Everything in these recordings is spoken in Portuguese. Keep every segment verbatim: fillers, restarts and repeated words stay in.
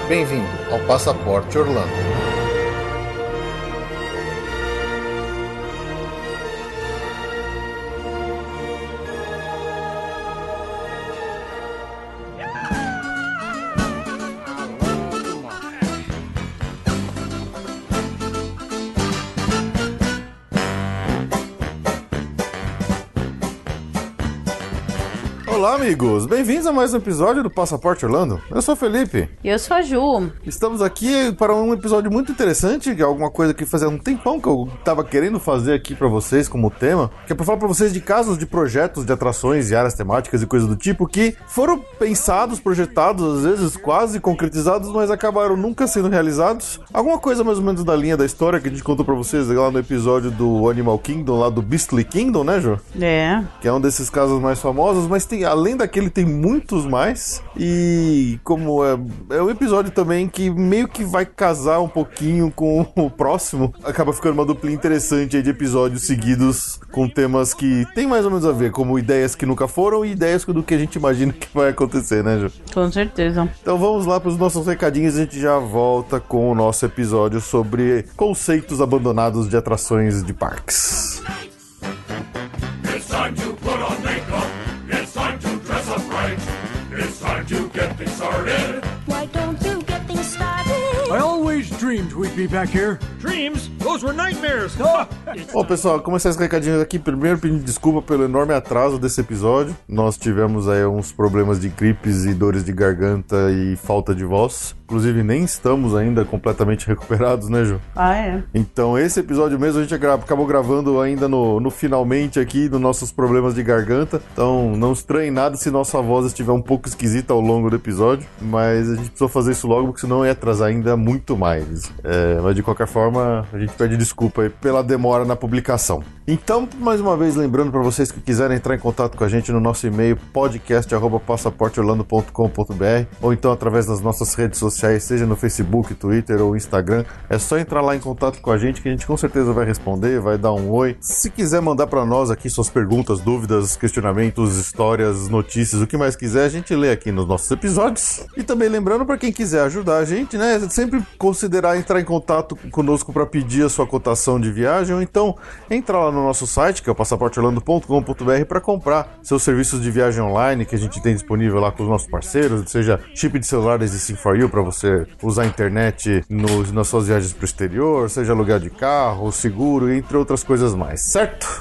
Bem-vindo ao Passaporte Orlando. Olá, amigos! Bem-vindos a mais um episódio do Passaporte Orlando. Eu sou o Felipe. E eu sou a Ju. Estamos aqui para um episódio muito interessante, que é alguma coisa que fazia um tempão que eu tava querendo fazer aqui para vocês como tema, que é para falar para vocês de casos de projetos, de atrações e áreas temáticas e coisas do tipo que foram pensados, projetados, às vezes quase concretizados, mas acabaram nunca sendo realizados. Alguma coisa mais ou menos da linha da história que a gente contou para vocês lá no episódio do Animal Kingdom, lá do Beastly Kingdom, né, Ju? É. Que é um desses casos mais famosos, mas tem, além daquele, tem muitos mais. E como é, é um episódio também que meio que vai casar um pouquinho com o próximo, acaba ficando uma dupla interessante aí de episódios seguidos com temas que tem mais ou menos a ver, como ideias que nunca foram e ideias do que a gente imagina que vai acontecer, né, Ju? Com certeza. Então vamos lá para os nossos recadinhos e a gente já volta com o nosso episódio sobre conceitos abandonados de atrações de parques. It's time to put on makeup. It's time to dress up right. It's time to get things started. Why don't you get things started? I always dreamed we'd be back here. Dreams? Those were nightmares. Bom, pessoal, começar esses recadinhos aqui. Primeiro, pedindo desculpa pelo enorme atraso desse episódio. Nós tivemos aí uns problemas de gripes e dores de garganta e falta de voz. Inclusive, nem estamos ainda completamente recuperados, né, Ju? Ah, é? Então, esse episódio mesmo a gente gra- acabou gravando ainda no, no finalmente aqui dos nossos problemas de garganta. Então, não estranhe nada se nossa voz estiver um pouco esquisita ao longo do episódio. Mas a gente precisou fazer isso logo, porque senão ia atrasar ainda muito mais. É, mas, de qualquer forma, a gente pede desculpa aí pela demora na publicação. Então, mais uma vez, lembrando para vocês que quiserem entrar em contato com a gente no nosso e-mail podcast arroba passaporte orlando ponto com ponto b r ou então através das nossas redes sociais, seja no Facebook, Twitter ou Instagram. É só entrar lá em contato com a gente que a gente com certeza vai responder, vai dar um oi. Se quiser mandar para nós aqui suas perguntas, dúvidas, questionamentos, histórias, notícias, o que mais quiser, a gente lê aqui nos nossos episódios. E também lembrando para quem quiser ajudar a gente, né, sempre considerar entrar em contato conosco para pedir a sua cotação de viagem, ou então entra lá no nosso site, que é o passaporte orlando ponto com ponto b r, para comprar seus serviços de viagem online que a gente tem disponível lá com os nossos parceiros, seja chip de celulares e sim for you para você usar a internet nos, nas suas viagens para o exterior, seja aluguel de carro, seguro, entre outras coisas mais, certo?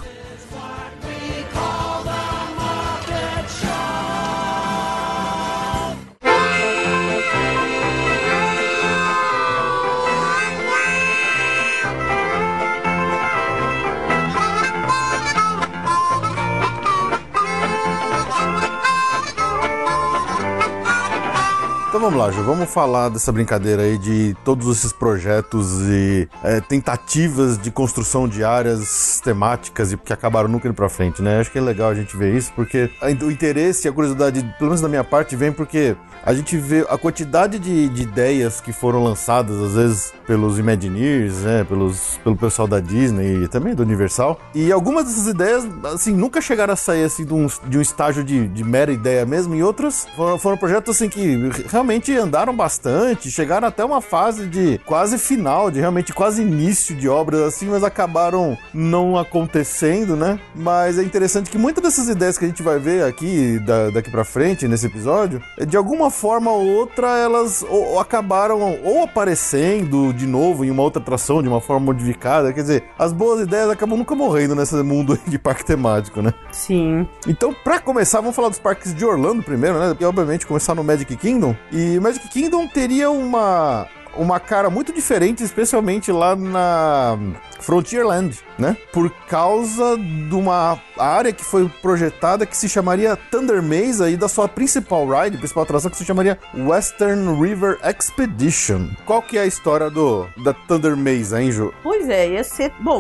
Então vamos lá, Ju, vamos falar dessa brincadeira aí de todos esses projetos e é, tentativas de construção de áreas temáticas e que acabaram nunca indo pra frente, né? Acho que é legal a gente ver isso, porque o interesse e a curiosidade, pelo menos da minha parte, vem porque a gente vê a quantidade de, de ideias que foram lançadas, às vezes, pelos Imagineers, né? Pelos, pelo pessoal da Disney e também do Universal, e algumas dessas ideias, assim, nunca chegaram a sair, assim, de um, de um estágio de, de mera ideia mesmo, e outras foram, foram projetos, assim, que realmente andaram bastante, chegaram até uma fase de quase final, de realmente quase início de obras assim, mas acabaram não acontecendo, né? Mas é interessante que muitas dessas ideias que a gente vai ver aqui, da, daqui pra frente, nesse episódio, de alguma forma ou outra, elas ou, ou acabaram ou aparecendo de novo em uma outra atração, de uma forma modificada. Quer dizer, as boas ideias acabam nunca morrendo nesse mundo de parque temático, né? Sim. Então, pra começar, vamos falar dos parques de Orlando primeiro, né? E obviamente começar no Magic Kingdom. E Magic Kingdom teria uma, uma cara muito diferente, especialmente lá na Frontierland, né? Por causa de uma área que foi projetada que se chamaria Thunder Maze, aí da sua principal ride, principal atração, que se chamaria Western River Expedition. Qual que é a história do, da Thunder Maze, hein, Ju? Pois é, ia ser... Bom, é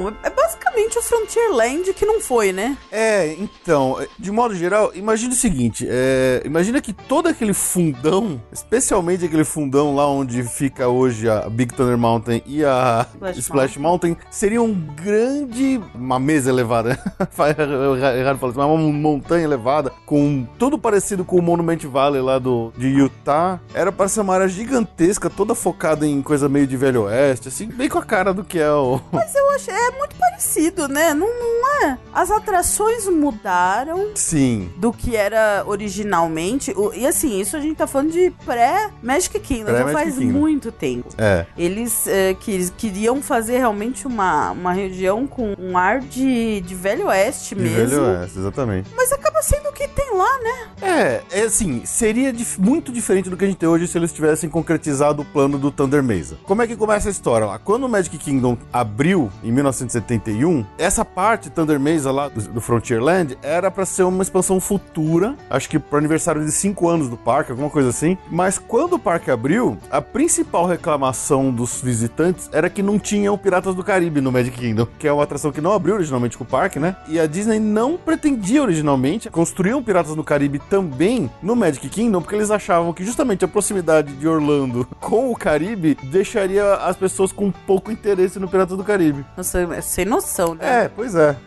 basicamente o Frontierland que não foi, né? É, então, de modo geral, imagine o seguinte, é, imagina que todo aquele fundão, especialmente aquele fundão lá onde fica hoje a Big Thunder Mountain e a Splash, Splash Mountain, Mountain seria um grande, uma mesa elevada, errado falar assim, uma montanha elevada, com tudo parecido com o Monument Valley lá do, de Utah. Era para ser uma área gigantesca, toda focada em coisa meio de Velho Oeste, assim, bem com a cara do que é o... Mas eu achei, é muito parecido, né? Não, não é? As atrações mudaram. Sim. Do que era originalmente. O, e assim, isso a gente tá falando de pré-Magic Kingdom, Pré já faz Kingdom. muito tempo. É. Eles é, que, queriam fazer realmente uma, uma região com um ar de, de Velho Oeste De mesmo. Velho Oeste, exatamente. Mas acaba sendo o que tem lá, né? É, é assim, seria dif- muito diferente do que a gente tem hoje se eles tivessem concretizado o plano do Thunder Mesa. Como é que começa a história lá? Quando o Magic Kingdom abriu, em mil novecentos e setenta e um, essa parte Thunder Mesa lá do, do Frontierland era pra ser uma expansão futura, acho que pro aniversário de cinco anos do parque, alguma coisa assim. Mas quando o parque abriu, a principal reclamação dos visitantes era que não tinha o Piratas do Caribe no Magic Kingdom, que é uma atração que não abriu originalmente com o parque, né? E a Disney não pretendia originalmente construir um Piratas do Caribe também no Magic Kingdom, porque eles achavam que justamente a proximidade de Orlando com o Caribe deixaria as pessoas com pouco interesse no Piratas do Caribe. Nossa, é sem noção, né? É, pois é.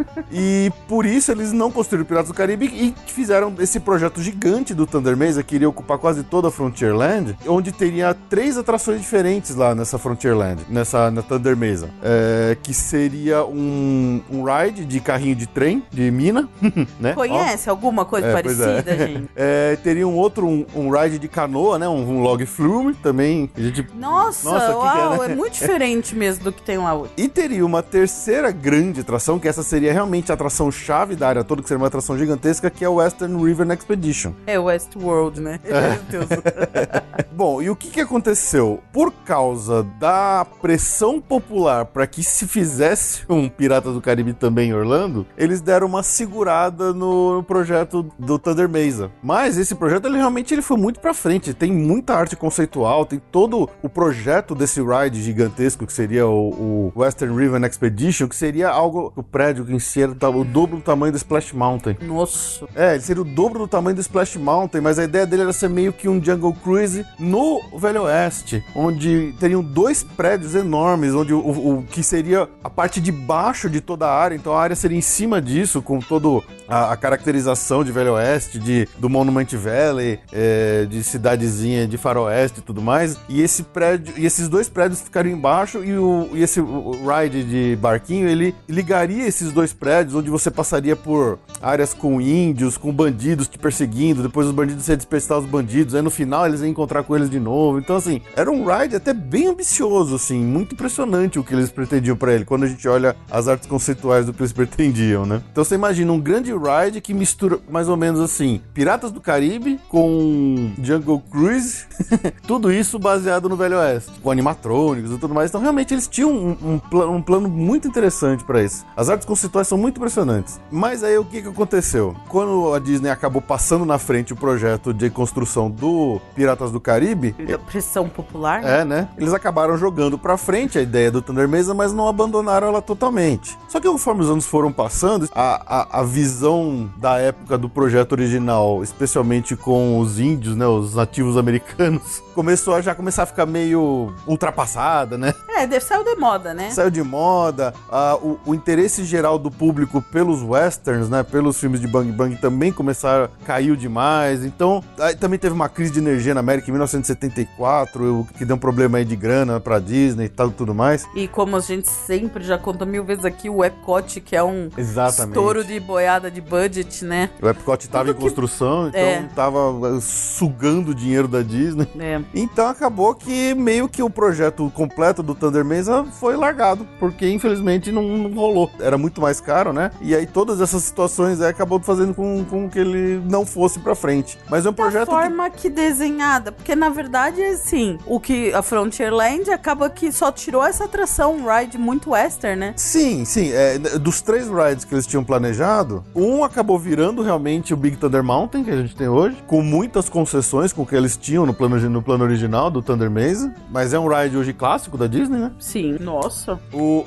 E por isso eles não construíram Piratas do Caribe e fizeram esse projeto gigante do Thunder Mesa, que iria ocupar quase toda a Frontierland, onde teria três atrações diferentes lá nessa Frontierland, nessa na Thunder Mesa. É, que seria um, um ride de carrinho de trem, de mina, né? Conhece Ó. alguma coisa É, parecida, pois é. gente? É, teria um outro, um, um ride de canoa, né? Um, um log flume também. A gente... Nossa, Nossa, que uau, que é, né? é muito diferente mesmo do que tem lá hoje. E teria uma terceira grande atração, que essa seria realmente a atração chave da área toda, que seria uma atração gigantesca, que é o Western River Expedition. É Westworld, né? Meu Deus. Bom, e o que que aconteceu? Por causa da pressão popular para que se fizesse um Pirata do Caribe também em Orlando, eles deram uma segurada no, no projeto do Thunder Mesa. Mas esse projeto, ele realmente ele foi muito pra frente. Tem muita arte conceitual, tem todo o projeto desse ride gigantesco, que seria o, o Western River Expedition, que seria algo, o prédio em si era o dobro do tamanho do Splash Mountain. Nossa. É, ele seria o dobro do tamanho do Splash Mountain, mas a ideia dele era ser meio que um Jungle Cruise no Velho Oeste, onde teriam dois prédios enormes, onde o, o, o que seria a parte de baixo de toda a área, então a área seria em cima disso, com toda a, a caracterização de Velho Oeste, de, do Monument Valley, é, de cidadezinha de faroeste e tudo mais, e esse prédio, e esses dois prédios ficariam embaixo, e, o, e esse o ride de barquinho, ele ligaria esses dois prédios, onde você passaria por áreas com índios, com bandidos te perseguindo, depois os bandidos iam dispersar os bandidos, aí no final eles iam encontrar com eles de novo. Então, assim, era um ride até bem ambicioso, assim, muito impressionante o que eles pretendiam pra ele, quando a gente olha as artes conceituais do que eles pretendiam, né? Então você imagina um grande ride que mistura mais ou menos assim, Piratas do Caribe com Jungle Cruise, tudo isso baseado no Velho Oeste, com animatrônicos e tudo mais. Então realmente eles tinham um, um, pl- um plano muito interessante pra isso. As artes conceituais são muito impressionantes. Mas aí o que que aconteceu? Quando a Disney acabou passando na frente o projeto de construção do Piratas do Caribe, Da pressão popular, né? é, né? Eles acabaram jogando pra frente a ideia do Thunder Mesa, mas não abandonaram ela totalmente. Só que conforme os anos foram passando, a, a, a visão da época do projeto original, especialmente com os índios, né? Os nativos americanos, começou a já começar a ficar meio ultrapassada, né? É, deve saiu de moda, né? Saiu de moda, a, o, o interesse geral do público pelos westerns, né? Pelos filmes de Bang Bang também começaram, caiu demais. Então, aí também teve uma crise de energia na América em mil novecentos e setenta e quatro, que deu um problema aí de grana pra Disney e tal, tudo mais. E como a gente sempre já conta mil vezes aqui, o Epcot, que é um Exatamente. estouro de boiada de budget, né? O Epcot tava Tudo em que- construção, então É. tava uh, sugando o dinheiro da Disney. É. Então acabou que meio que o projeto completo do Thunder Mesa foi largado, porque infelizmente não, não rolou. Era muito mais caro, né? E aí todas essas situações aí acabou fazendo com, com que ele não fosse pra frente. Mas é um Da projeto que... forma que desenhada, porque na verdade, assim, o que a Frontierland acaba que só tirou essa atração, um ride muito western, né? Sim, sim. É, dos três rides que eles tinham planejado, um acabou virando realmente o Big Thunder Mountain, que a gente tem hoje, com muitas concessões com o que eles tinham no plano, no plano original do Thunder Mesa, mas é um ride hoje clássico da Disney, né? Sim. Nossa. O, o Log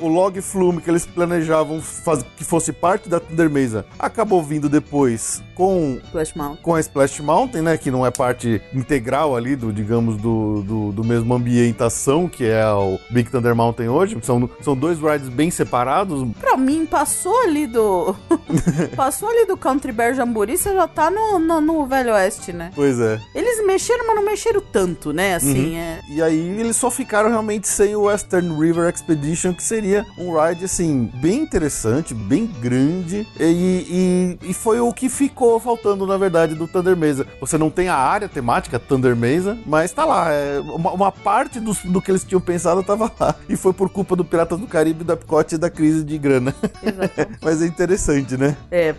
Flume que eles planejavam faz... que fosse parte da Thunder Mesa acabou vindo depois com, Splash Mountain. com a Splash Mountain, né? Que não é parte integral ali do, digamos, do, do, do mesmo ambientação que é o Big Thunder Mountain hoje. São, são dois rides bem separados. Pra mim, passou ali do... passou ali do Country Bear Jamboree, você já tá no, no, no Velho Oeste, né? Pois é. Eles mexeram, mas não mexeram tanto, né? Assim, Uhum. é... E aí eles só ficaram realmente sem o Western River Expedition, que seria um ride, assim, bem interessante, bem grande, e, e, e foi o que ficou faltando, na verdade, do Thunder Mesa. Você não tem a área temática Thunder Mesa, mas tá lá, é, uma, uma parte do, do que eles tinham pensado tava lá, e foi por culpa do Piratas do Caribe, do Epcot e da crise de grana. Exatamente. Mas é interessante, né? É...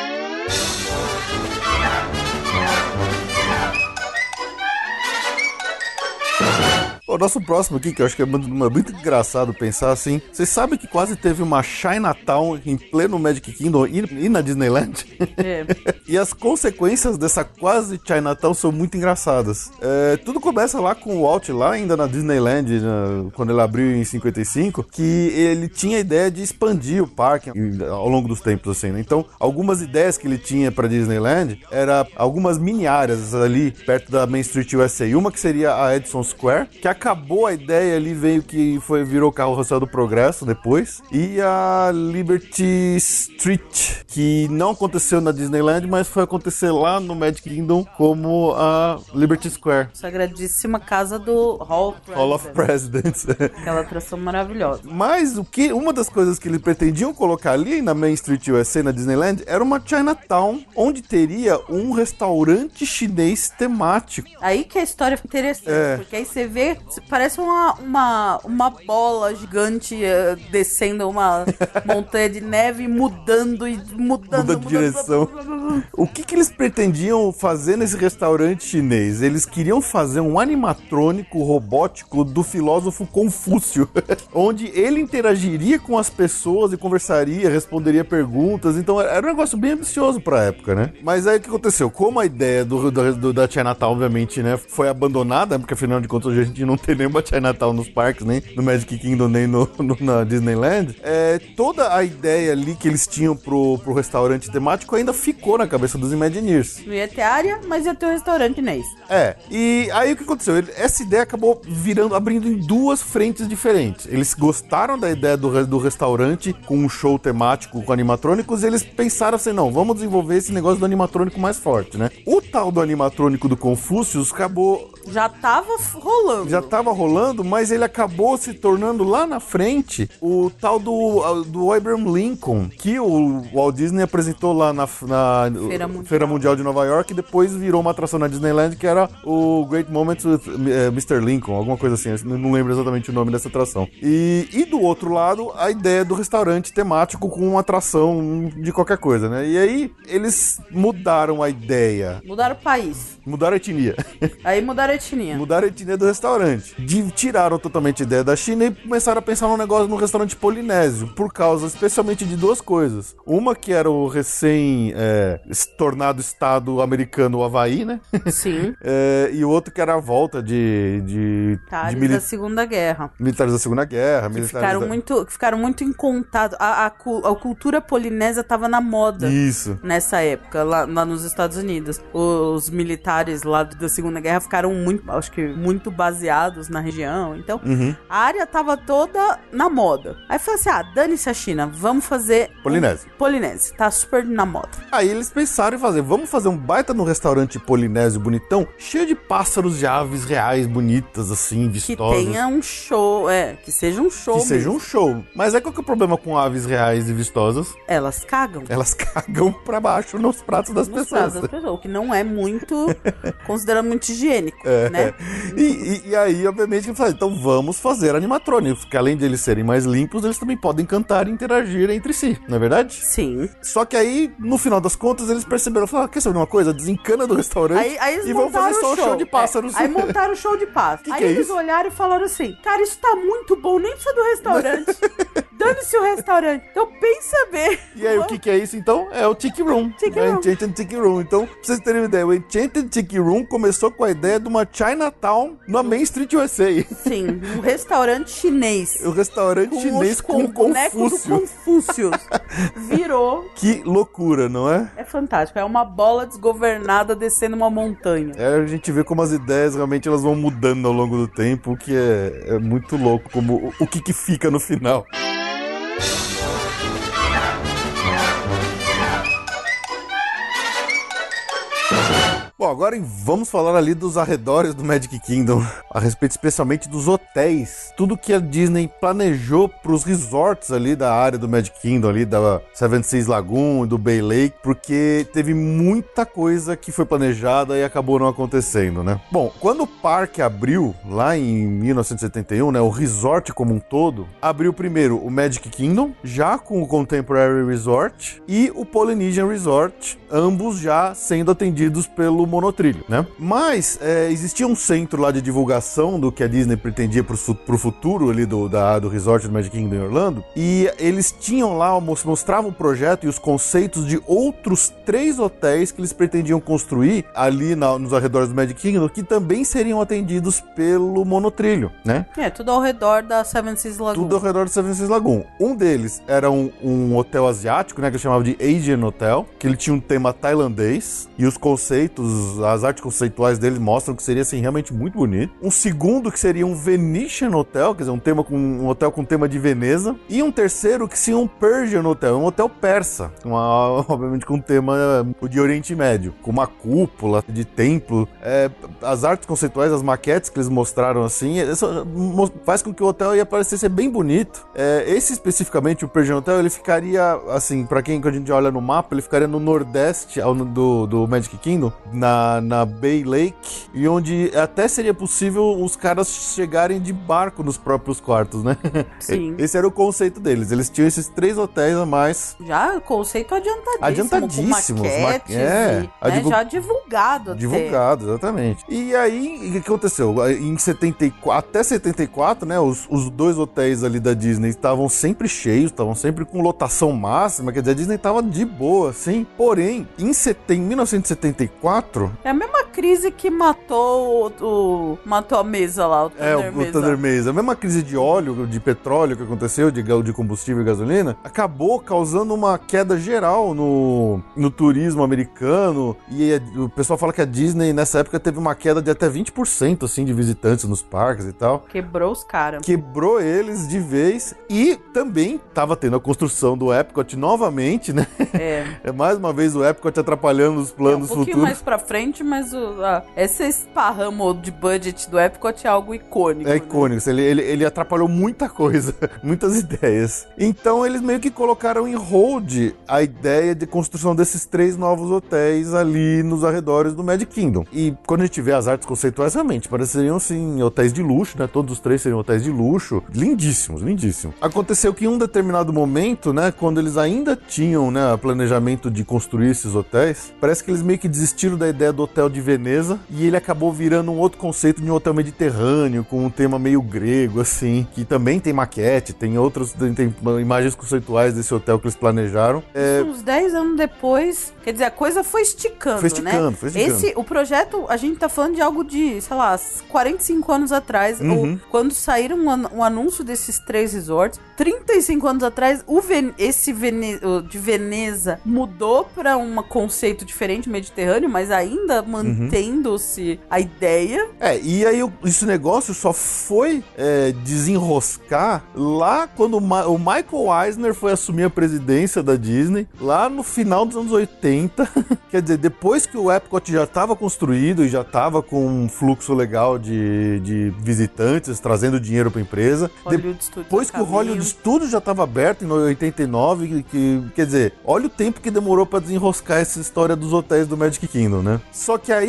O nosso próximo aqui, que eu acho que é muito, muito engraçado pensar assim. Vocês sabem que quase teve uma Chinatown em pleno Magic Kingdom e, e na Disneyland? É. E as consequências dessa quase Chinatown são muito engraçadas. É, tudo começa lá com o Walt, lá ainda na Disneyland, na, quando ele abriu em cinquenta e cinco, que ele tinha a ideia de expandir o parque ao longo dos tempos, assim, né? Então, algumas ideias que ele tinha para Disneyland era algumas mini áreas ali perto da Main Street U S A. Uma que seria a Edison Square, que acabou a ideia ali, veio que foi, virou Carrossel do Progresso depois. E a Liberty Street, que não aconteceu na Disneyland, mas foi acontecer lá no Magic Kingdom como a Liberty Square. Sagradíssima casa do Hall of Presidents. Hall of Presidents. Aquela atração maravilhosa. Mas o que, uma das coisas que eles pretendiam colocar ali na Main Street U S A, na Disneyland, era uma Chinatown, onde teria um restaurante chinês temático. Aí que a história fica interessante, É. porque aí você vê, parece uma, uma, uma bola gigante eh, descendo uma montanha de neve, mudando e mudando. Muda de direção. O que, que eles pretendiam fazer nesse restaurante chinês? Eles queriam fazer um animatrônico robótico do filósofo Confúcio, onde ele interagiria com as pessoas e conversaria, responderia perguntas. Então era um negócio bem ambicioso pra época, né? Mas aí o que aconteceu? Como a ideia do, do, do, da Chinatown, obviamente, né, foi abandonada, porque afinal de contas a gente não tem nenhuma Chinatown nos parques, nem no Magic Kingdom, nem no, no, na Disneyland, é, toda a ideia ali que eles tinham pro, pro restaurante temático ainda ficou na cabeça dos Imagineers. Não ia ter área, mas ia ter um restaurante chinês. É, e aí o que aconteceu? Ele- essa ideia acabou virando, abrindo em duas frentes diferentes. Eles gostaram da ideia do, re- do restaurante com um show temático com animatrônicos e eles pensaram assim, não, vamos desenvolver esse negócio do animatrônico mais forte, né? O tal do animatrônico do Confúcio acabou... Já tava f- rolando. Já tava rolando, mas ele acabou se tornando lá na frente o tal do, do Abraham Lincoln, que o Walt Disney apresentou lá na, na Feira Mundial. Feira Mundial de Nova York e depois virou uma atração na Disneyland que era o Great Moments with eh, mister Lincoln, alguma coisa assim, eu não lembro exatamente o nome dessa atração. E, e do outro lado, a ideia do restaurante temático com uma atração de qualquer coisa, né? E aí eles mudaram a ideia, Mudaram o país. mudaram a etnia. Aí mudaram a etnia. Mudaram a etnia do restaurante. De- tiraram totalmente a ideia da China e começaram a pensar num negócio no restaurante polinésio. Por causa, especialmente, de duas coisas. Uma que era o recém é, es- tornado estado americano, o Havaí, né? Sim. É, e o outro que era a volta de, de, Militares de mili- da Segunda Guerra. militares da Segunda Guerra. Que militares ficaram da... muito, que ficaram muito encontados. A, a, cu- a cultura polinésia tava na moda. Isso. Nessa época, lá, lá nos Estados Unidos. Os militares lá da Segunda Guerra ficaram muito, acho que muito baseados na região. Então, Uhum. a área tava toda na moda. Aí falou assim, ah, dane-se a China, vamos fazer... Polinésio. um Polinésia, tá super na moda. Aí eles pensaram em fazer, vamos fazer um baita no restaurante polinésio bonitão, cheio de pássaros e aves reais, bonitas, assim, Que vistosas. tenha um show, é, que seja um show Que seja mesmo. um show. Mas é qual que é o problema com aves reais e vistosas? Elas cagam. Elas cagam pra baixo nos pratos das Nos pessoas. pratos das pessoas, o que não é muito, considerado muito higiênico, É. né? E, e- e aí, obviamente, que eu falei, então vamos fazer animatrônicos, que além de eles serem mais limpos, eles também podem cantar e interagir entre si, não é verdade? Sim. Só que aí, no final das contas, eles perceberam, falaram, quer saber uma coisa? Desencana do restaurante Aí, aí eles e vão montaram fazer só o show de pássaros. É, aí montaram o show de pássaros. Que aí que é eles isso? olharam e falaram assim, cara, isso tá muito bom, nem precisa do restaurante. Dane-se o restaurante. Então pensa bem. E aí, o que, que é isso, então? É o Tiki Room. Tiki é Room. o Enchanted Tiki Room. Então, pra vocês terem uma ideia, o Enchanted Tiki Room começou com a ideia de uma Chinatown na Main Street U S A. Sim, um restaurante chinês. O restaurante Com chinês os- com, com o boneco do Confúcio. Confúcio. Virou. Que loucura, não é? É fantástico. É uma bola desgovernada descendo uma montanha. É, a gente vê como as ideias realmente elas vão mudando ao longo do tempo, o que é, é muito louco, como o, o que que fica no final. Bom, agora vamos falar ali dos arredores do Magic Kingdom, a respeito especialmente dos hotéis. Tudo que a Disney planejou para os resorts ali da área do Magic Kingdom, ali da Seven Seas Lagoon, do Bay Lake, porque teve muita coisa que foi planejada e acabou não acontecendo, né? Bom, quando o parque abriu, lá em mil novecentos e setenta e um, né, o resort como um todo, abriu primeiro o Magic Kingdom, já com o Contemporary Resort, e o Polynesian Resort, ambos já sendo atendidos pelo monotrilho, né? Mas é, existia um centro lá de divulgação do que a Disney pretendia pro, pro futuro ali do, da, do resort do Magic Kingdom em Orlando, e eles tinham lá, mostravam o projeto e os conceitos de outros três hotéis que eles pretendiam construir ali na, nos arredores do Magic Kingdom, que também seriam atendidos pelo monotrilho, né? É, tudo ao redor da Seven Seas Lagoon. Tudo ao redor do Seven Seas Lagoon. Um deles era um, um hotel asiático, né, que eu chamava de Asian Hotel, que ele tinha um tema tailandês, e os conceitos, as artes conceituais dele mostram que seria, assim, realmente muito bonito. Um segundo que seria um Venetian Hotel, quer dizer, um, tema com, um hotel com tema de Veneza. E um terceiro que seria um Persian Hotel, um hotel persa, uma, obviamente com tema de Oriente Médio, com uma cúpula de templo. É, as artes conceituais, as maquetes que eles mostraram, assim, isso faz com que o hotel ia parecer ser bem bonito. É, esse especificamente, o Persian Hotel, ele ficaria, assim, pra quem que a gente olha no mapa, ele ficaria no nordeste ao, do, do Magic Kingdom, na, na Bay Lake, e onde até seria possível os caras chegarem de barco nos próprios quartos, né? Sim. Esse era o conceito deles. Eles tinham esses três hotéis a mais. Já conceito adiantadíssimo. Adiantadíssimos, Com maquetes ma- é, e, a né, divul- já divulgado até. Divulgado, exatamente. E aí, o que aconteceu? Em setenta e quatro, até setenta e quatro, né, os, os dois hotéis ali da Disney estavam sempre cheios, estavam sempre com lotação máxima, quer dizer, a Disney estava de boa, assim. Porém, em, set... em mil novecentos e setenta e quatro... É a mesma crise que matou o, o- matou a mesa lá, o Thunder É, o, Mesa. o Thunder Mesa. A mesma crise de óleo, de petróleo que aconteceu, de, ga- de combustível e gasolina, acabou causando uma queda geral no, no turismo americano. E a- o pessoal fala que a Disney, nessa época, teve uma queda de até vinte por cento, assim, de visitantes nos parques e tal. Quebrou os caras. Quebrou eles de vez. E também tava tendo a construção do Epcot novamente, né? É. É mais uma vez o Epcot atrapalhando os É um planos pouquinho futuros. mais pra frente, mas o, a, esse esparramo de budget do Epcot é algo icônico. É né? icônico, ele, ele, ele atrapalhou muita coisa, muitas ideias. Então eles meio que colocaram em hold a ideia de construção desses três novos hotéis ali nos arredores do Magic Kingdom. E quando a gente vê as artes conceituais, realmente pareceriam sim hotéis de luxo, né? Todos os três seriam hotéis de luxo. Lindíssimos, lindíssimos. Aconteceu que em um determinado momento, né, quando eles ainda tinham, né, planejamento de construir esses hotéis, parece que eles meio que desistiram da ideia do hotel de Veneza e ele acabou virando um outro conceito de um hotel mediterrâneo, com um tema meio grego, assim, que também tem maquete, tem outros, tem, tem imagens conceituais desse hotel que eles planejaram. É, Uns dez anos depois, quer dizer, a coisa foi esticando, Foi esticando, né? foi esticando. Esse, o projeto, a gente tá falando de algo de, sei lá, quarenta e cinco anos atrás, Uhum. ou quando saíram um, an- um anúncio desses três resorts, trinta e cinco anos atrás, o Ven- esse Vene- o de Veneza mudou pra um conceito diferente, mediterrâneo, mas ainda mantendo-se a ideia. É, e aí o- esse negócio só foi é, desenroscar lá quando o, Ma- o Michael Eisner foi assumir a presidência da Disney, lá no final dos anos oitenta. Quer dizer, depois que o Epcot já estava construído e já estava com um fluxo legal de, de visitantes, trazendo dinheiro para a empresa. Hollywood Studios Depois a que o caminho. Hollywood Studios já estava aberto em oitenta e nove, que, que- quer dizer, olha o tempo que demorou para desenroscar essa história dos hotéis do Magic Kingdom, né? Só que aí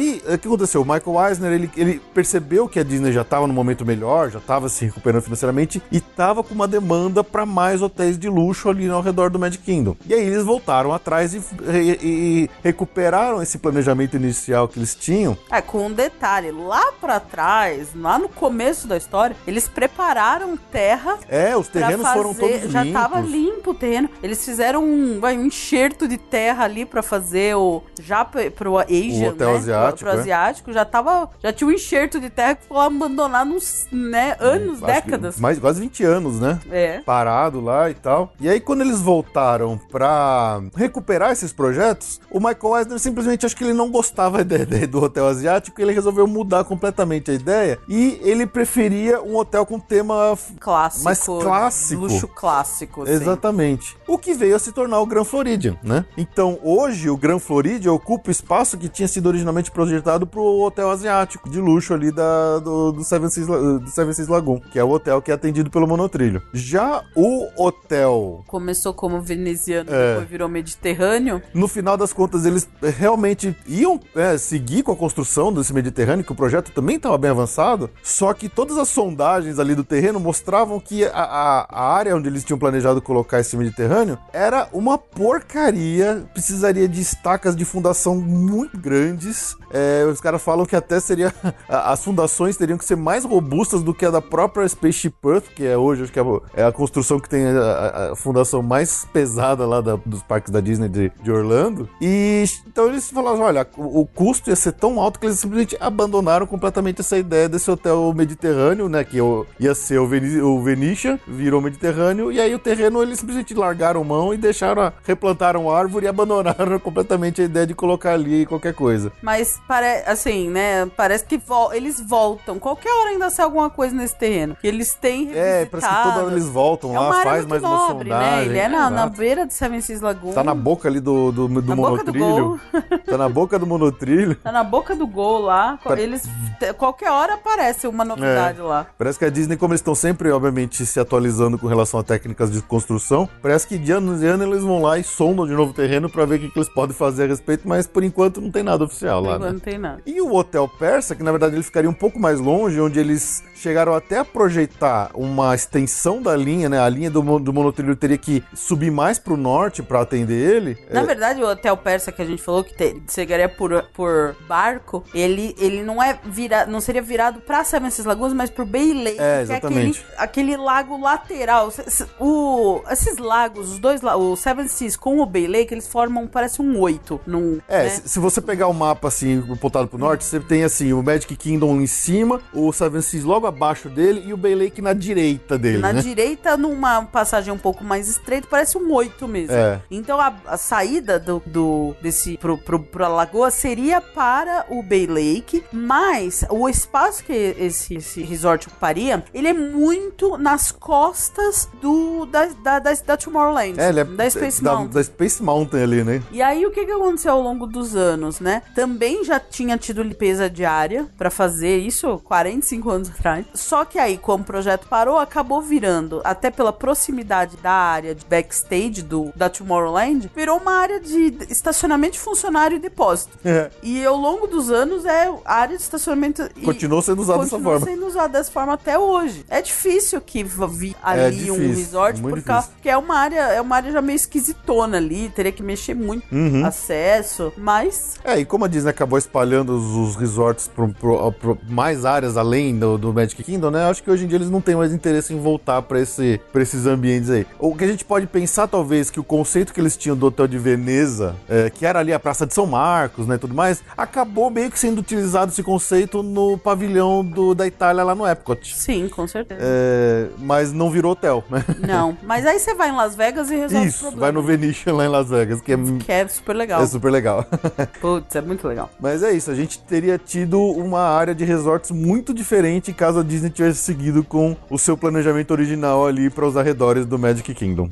aí, o que aconteceu? O Michael Eisner, ele, ele percebeu que a Disney já estava no momento melhor, já estava se recuperando financeiramente e estava com uma demanda para mais hotéis de luxo ali ao redor do Magic Kingdom. E aí eles voltaram atrás e, e, e recuperaram esse planejamento inicial que eles tinham. É, com um detalhe, lá pra trás, lá no começo da história, eles prepararam terra. É, os terrenos pra fazer, foram todos já limpos. tava limpo o terreno. Eles fizeram um, vai, um enxerto de terra ali pra fazer o já p- pro Asian, O hotel né? asiático, Pro, pro é. asiático, já tava, já tinha um enxerto de terra que ficou abandonado uns, né, anos, Acho décadas. que mais quase vinte anos, né? É. Parado lá e tal. E aí, quando eles voltaram pra recuperar esses projetos, o Michael Eisner simplesmente, acho que ele não gostava da ideia do hotel asiático, e ele resolveu mudar completamente a ideia, e ele preferia um hotel com tema Clássico. mais clássico. Luxo clássico, assim. Exatamente. O que veio a se tornar o Grand Floridian, né? Então, hoje, o Grand Floridian ocupa o espaço que tinha sido originalmente projetado pro hotel asiático, de luxo ali da, do, do, Seven Seas, do Seven Seas Lagoon, que é o hotel que é atendido pelo monotrilho. Já o hotel... Começou como veneziano, É. depois virou mediterrâneo. No final das contas, eles realmente iam é, seguir com a construção desse Mediterrâneo, que o projeto também estava bem avançado, só que todas as sondagens ali do terreno mostravam que a, a, a área onde eles tinham planejado colocar esse Mediterrâneo era uma porcaria, precisaria de estacas de fundação muito grandes. É, os caras falam que até seria as fundações teriam que ser mais robustas do que a da própria Spaceship Earth, que é hoje, acho que é a, é a construção que tem a, a, a fundação mais pesada lá da, dos parques da Disney de, de Orlando. E então eles falaram, olha, o, o custo ia ser tão alto que eles simplesmente abandonaram completamente essa ideia desse hotel Mediterrâneo, né, que ia ser o, Veni, o Venetian, virou Mediterrâneo, e aí o terreno eles simplesmente largaram mão e deixaram, replantaram árvore e abandonaram completamente a ideia de colocar ali qualquer coisa. Mas, pare... assim, né, parece que vo... eles voltam. Qualquer hora ainda sai alguma coisa nesse terreno. Que eles têm É, parece que toda hora eles voltam é lá, uma área faz muito mais uma nobre, sondagem. né? Ele é na, na Exato. beira de Seven Seas Lagoon. Tá na boca ali do, do, do Na boca do monotrilho. Tá na boca do monotrilho. Tá na boca do gol lá. Pare- Eles, qualquer hora aparece uma novidade É. lá. Parece que a Disney, como eles estão sempre, obviamente, se atualizando com relação a técnicas de construção, parece que de anos em anos eles vão lá e sondam de novo o terreno pra ver o que, que eles podem fazer a respeito, mas por enquanto não tem nada oficial lá, Agora né? não tem nada. E o Hotel Persa, que na verdade ele ficaria um pouco mais longe, onde eles chegaram até a projetar uma extensão da linha, né? A linha do, mo- do monotrilho teria que subir mais pro norte pra atender ele. Na É, verdade, o Hotel Persa que a gente falou que te, chegaria por, por barco, ele, ele não é vira, não seria virado pra Seven Seas Lagoons, mas por Bay Lake, É, que é exatamente. aquele, aquele lago lateral. Se- se- O, esses lagos, os dois la- o Seven Seas com o Bay Lake, eles formam, parece um oito. Num, É, né? se, se você pegar o mapa assim, apontado pro norte, você tem assim, o Magic Kingdom em cima, o Seven Seas logo abaixo dele e o Bay Lake na direita dele, Na né? direita, numa passagem um pouco mais estreita, parece um oito mesmo. É. Então a, a saída do, do desse pro, pro, pro Lagoa seria para o Bay Lake, mas o espaço que esse, esse resort ocuparia, ele é muito nas costas do da, da, da, da Tomorrowland, É, ele é da Space da, Mountain. da Space Mountain ali, né? E aí, o que que aconteceu ao longo dos anos, né? Também já tinha tido limpeza diária pra fazer isso quarenta e cinco anos atrás. Só que aí, como o projeto parou, acabou virando, até pela proximidade da área de backstage do, da Tomorrowland, virou uma área de estacionamento de funcionário e depósito. É. E ao longo dos anos, é a área de estacionamento... e Continuou sendo usado dessa continua forma. sendo usado dessa forma até hoje. É difícil que vi ali um difícil, resort, muito porque, difícil. porque é uma área, é uma área já meio esquisitona ali, teria que mexer muito Uhum. acesso, mas É, e como a Disney acabou espalhando os, os resorts pro, pro- pro mais áreas além do, do Magic Kingdom, né? Acho que hoje em dia eles não têm mais interesse em voltar pra, esse, pra esses ambientes aí. O que a gente pode pensar, talvez, que o conceito que eles tinham do Hotel de Veneza, é, que era ali a Praça de São Marcos, né, tudo mais, acabou meio que sendo utilizado esse conceito no pavilhão do, da Itália lá no Epcot. sim, com certeza. É, mas não virou hotel, né? Não, mas aí você vai em Las Vegas e resolve o Isso, problema. vai no Venetian lá em Las Vegas, que é, Que é super legal. é super legal. Putz, é muito legal. Mas é isso, a gente teria tido uma área de resorts muito diferente caso a Disney tivesse seguido com o seu planejamento original ali para os arredores do Magic Kingdom.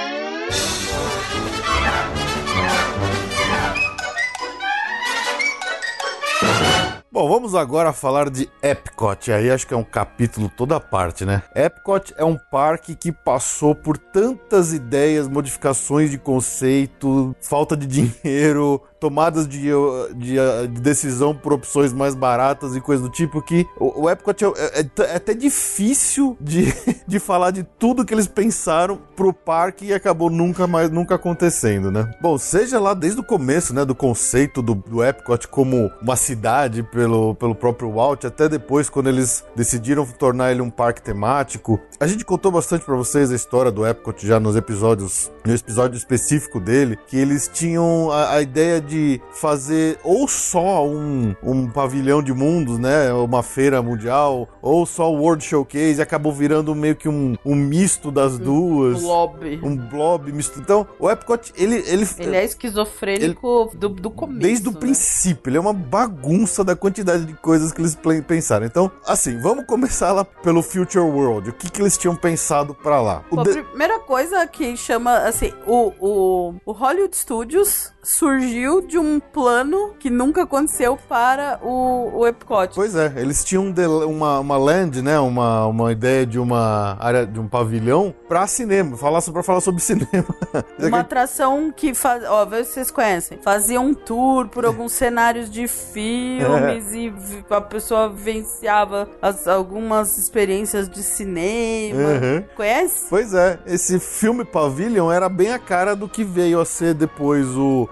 Bom, vamos agora falar de Epcot. Aí acho que é um capítulo toda a parte, né? Epcot é um parque que passou por tantas ideias, modificações de conceito, falta de dinheiro, tomadas de, de, de decisão por opções mais baratas e coisa do tipo, que o, o Epcot é, é, é até difícil de, de falar de tudo que eles pensaram pro parque e acabou nunca mais, nunca acontecendo, né? Bom, seja lá desde o começo, né, do conceito do, do Epcot como uma cidade pelo, pelo próprio Walt, até depois quando eles decidiram tornar ele um parque temático. A gente contou bastante pra vocês a história do Epcot já nos episódios, no episódio específico dele, que eles tinham a, a ideia de fazer ou só um, um pavilhão de mundos, né, uma feira mundial, ou só o World Showcase, e acabou virando meio que um, um misto das duas. Um blob. Um blob misto. Então, o Epcot, ele... Ele, ele é esquizofrênico ele, do, do começo, desde o né? princípio. Ele é uma bagunça da quantidade de coisas que eles pensaram. Então, assim, vamos começar lá pelo Future World. O que, que eles tinham pensado pra lá? Pô, de... A primeira coisa que chama, assim, o, o, o Hollywood Studios surgiu de um plano que nunca aconteceu para o, o Epcot. Pois é, eles tinham de, uma, uma land, né, uma, uma ideia de uma área, de um pavilhão pra cinema, falar, pra falar sobre cinema. Uma atração que faz, ó, vê se vocês conhecem, fazia um tour por alguns cenários de filmes é. E a pessoa vivenciava as, algumas experiências de cinema. Uhum. Conhece? Pois é, esse filme Pavilion era bem a cara do que veio a ser depois o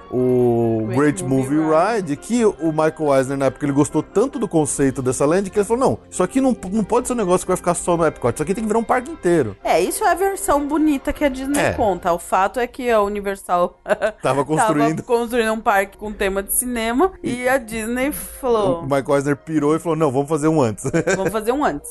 o Great, Great Movie, Movie Ride, Ride, que o Michael Eisner, na época, ele gostou tanto do conceito dessa land, que ele falou, não, isso aqui não, não pode ser um negócio que vai ficar só no Epcot, isso aqui tem que virar um parque inteiro. É, isso é a versão bonita que a Disney é. conta. O fato é que a Universal tava construindo. tava construindo um parque com tema de cinema e a Disney falou... O Michael Eisner pirou e falou, não, vamos fazer um antes. Vamos fazer um antes.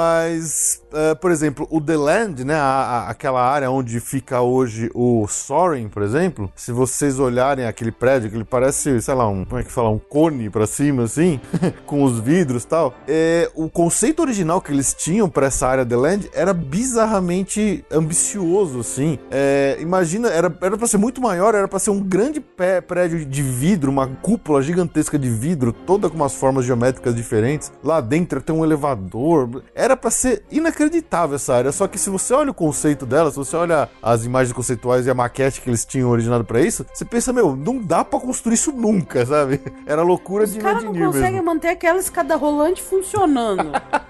Mas, uh, por exemplo, o The Land, né, a, a, aquela área onde fica hoje o Soaring, por exemplo, se vocês olharem aquele prédio, que ele parece, sei lá, um, como é que fala, um cone pra cima, assim, com os vidros e tal, é, o conceito original que eles tinham pra essa área The Land era bizarramente ambicioso, assim. É, imagina, era, era pra ser muito maior, era pra ser um grande pé, prédio de vidro, uma cúpula gigantesca de vidro, toda com umas formas geométricas diferentes. Lá dentro tem um elevador. Era pra ser inacreditável essa área, só que se você olha o conceito dela, se você olha as imagens conceituais e a maquete que eles tinham originado pra isso, você pensa, meu, não dá pra construir isso nunca, sabe? Era loucura Os de Imagineer mesmo. Os caras não conseguem manter aquela escada rolante funcionando.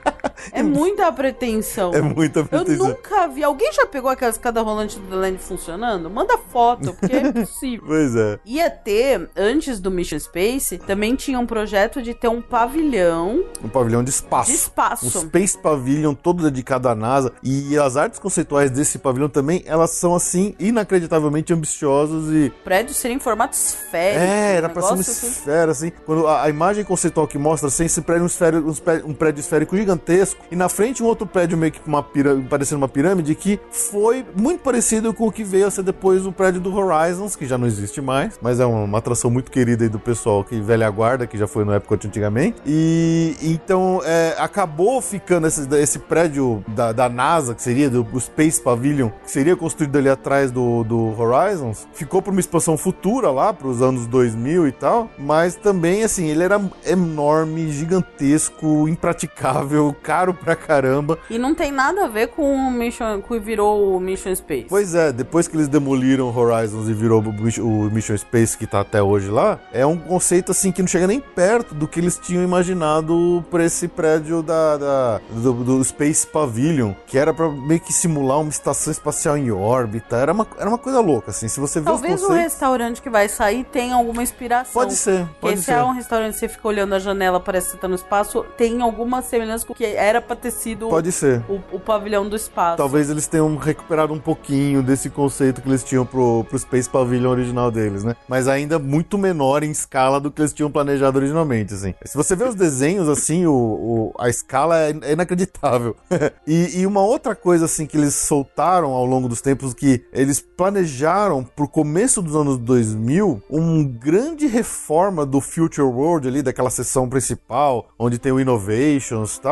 É muita pretensão. É muita pretensão. Eu nunca vi. Alguém já pegou aquela escada rolante do The Land funcionando? Manda foto, porque é impossível. Pois é. Ia ter, antes do Mission Space, também tinha um projeto de ter um pavilhão. Um pavilhão de espaço. De espaço. Um Space Pavilion todo dedicado à NASA. E as artes conceituais desse pavilhão também, elas são, assim, inacreditavelmente ambiciosas e... Prédios serem em formato esférico. É, era um pra ser uma assim. esfera, assim. Quando a, a imagem conceitual que mostra, assim, esse prédio, um, esférico, um prédio esférico gigantesco, e na frente um outro prédio meio que uma pirâmide, parecendo uma pirâmide, que foi muito parecido com o que veio a ser depois o prédio do Horizons, que já não existe mais, mas é uma, uma atração muito querida aí do pessoal que velha guarda, que já foi no Epcot antigamente. E então é, acabou ficando esse, esse prédio da, da NASA, que seria do, do Space Pavilion, que seria construído ali atrás do, do Horizons, ficou para uma expansão futura lá, para os anos dois mil e tal, mas também, assim, ele era enorme, gigantesco, impraticável, caro pra caramba. E não tem nada a ver com o Mission, que virou o Mission Space. Pois é, depois que eles demoliram o Horizons e virou o Mission Space, que tá até hoje lá, é um conceito, assim, que não chega nem perto do que eles tinham imaginado pra esse prédio da, da do, do Space Pavilion, que era pra meio que simular uma estação espacial em órbita. Era uma, era uma coisa louca, assim, se você vê os conceitos... Talvez o restaurante que vai sair tenha alguma inspiração. Pode ser, pode Porque ser. se é um restaurante que você fica olhando a janela, parece que você tá no espaço, tem alguma semelhança com o que era pra ter sido pode ser. O, o pavilhão do espaço. Talvez eles tenham recuperado um pouquinho desse conceito que eles tinham pro, pro Space Pavilion original deles, né? Mas ainda muito menor em escala do que eles tinham planejado originalmente, assim. Se você vê os desenhos, assim, o, o, a escala é, é inacreditável. e, e uma outra coisa, assim, que eles soltaram ao longo dos tempos, que eles planejaram pro começo dos anos dois mil, um grande reforma do Future World ali, daquela seção principal, onde tem o Innovations e tal. Só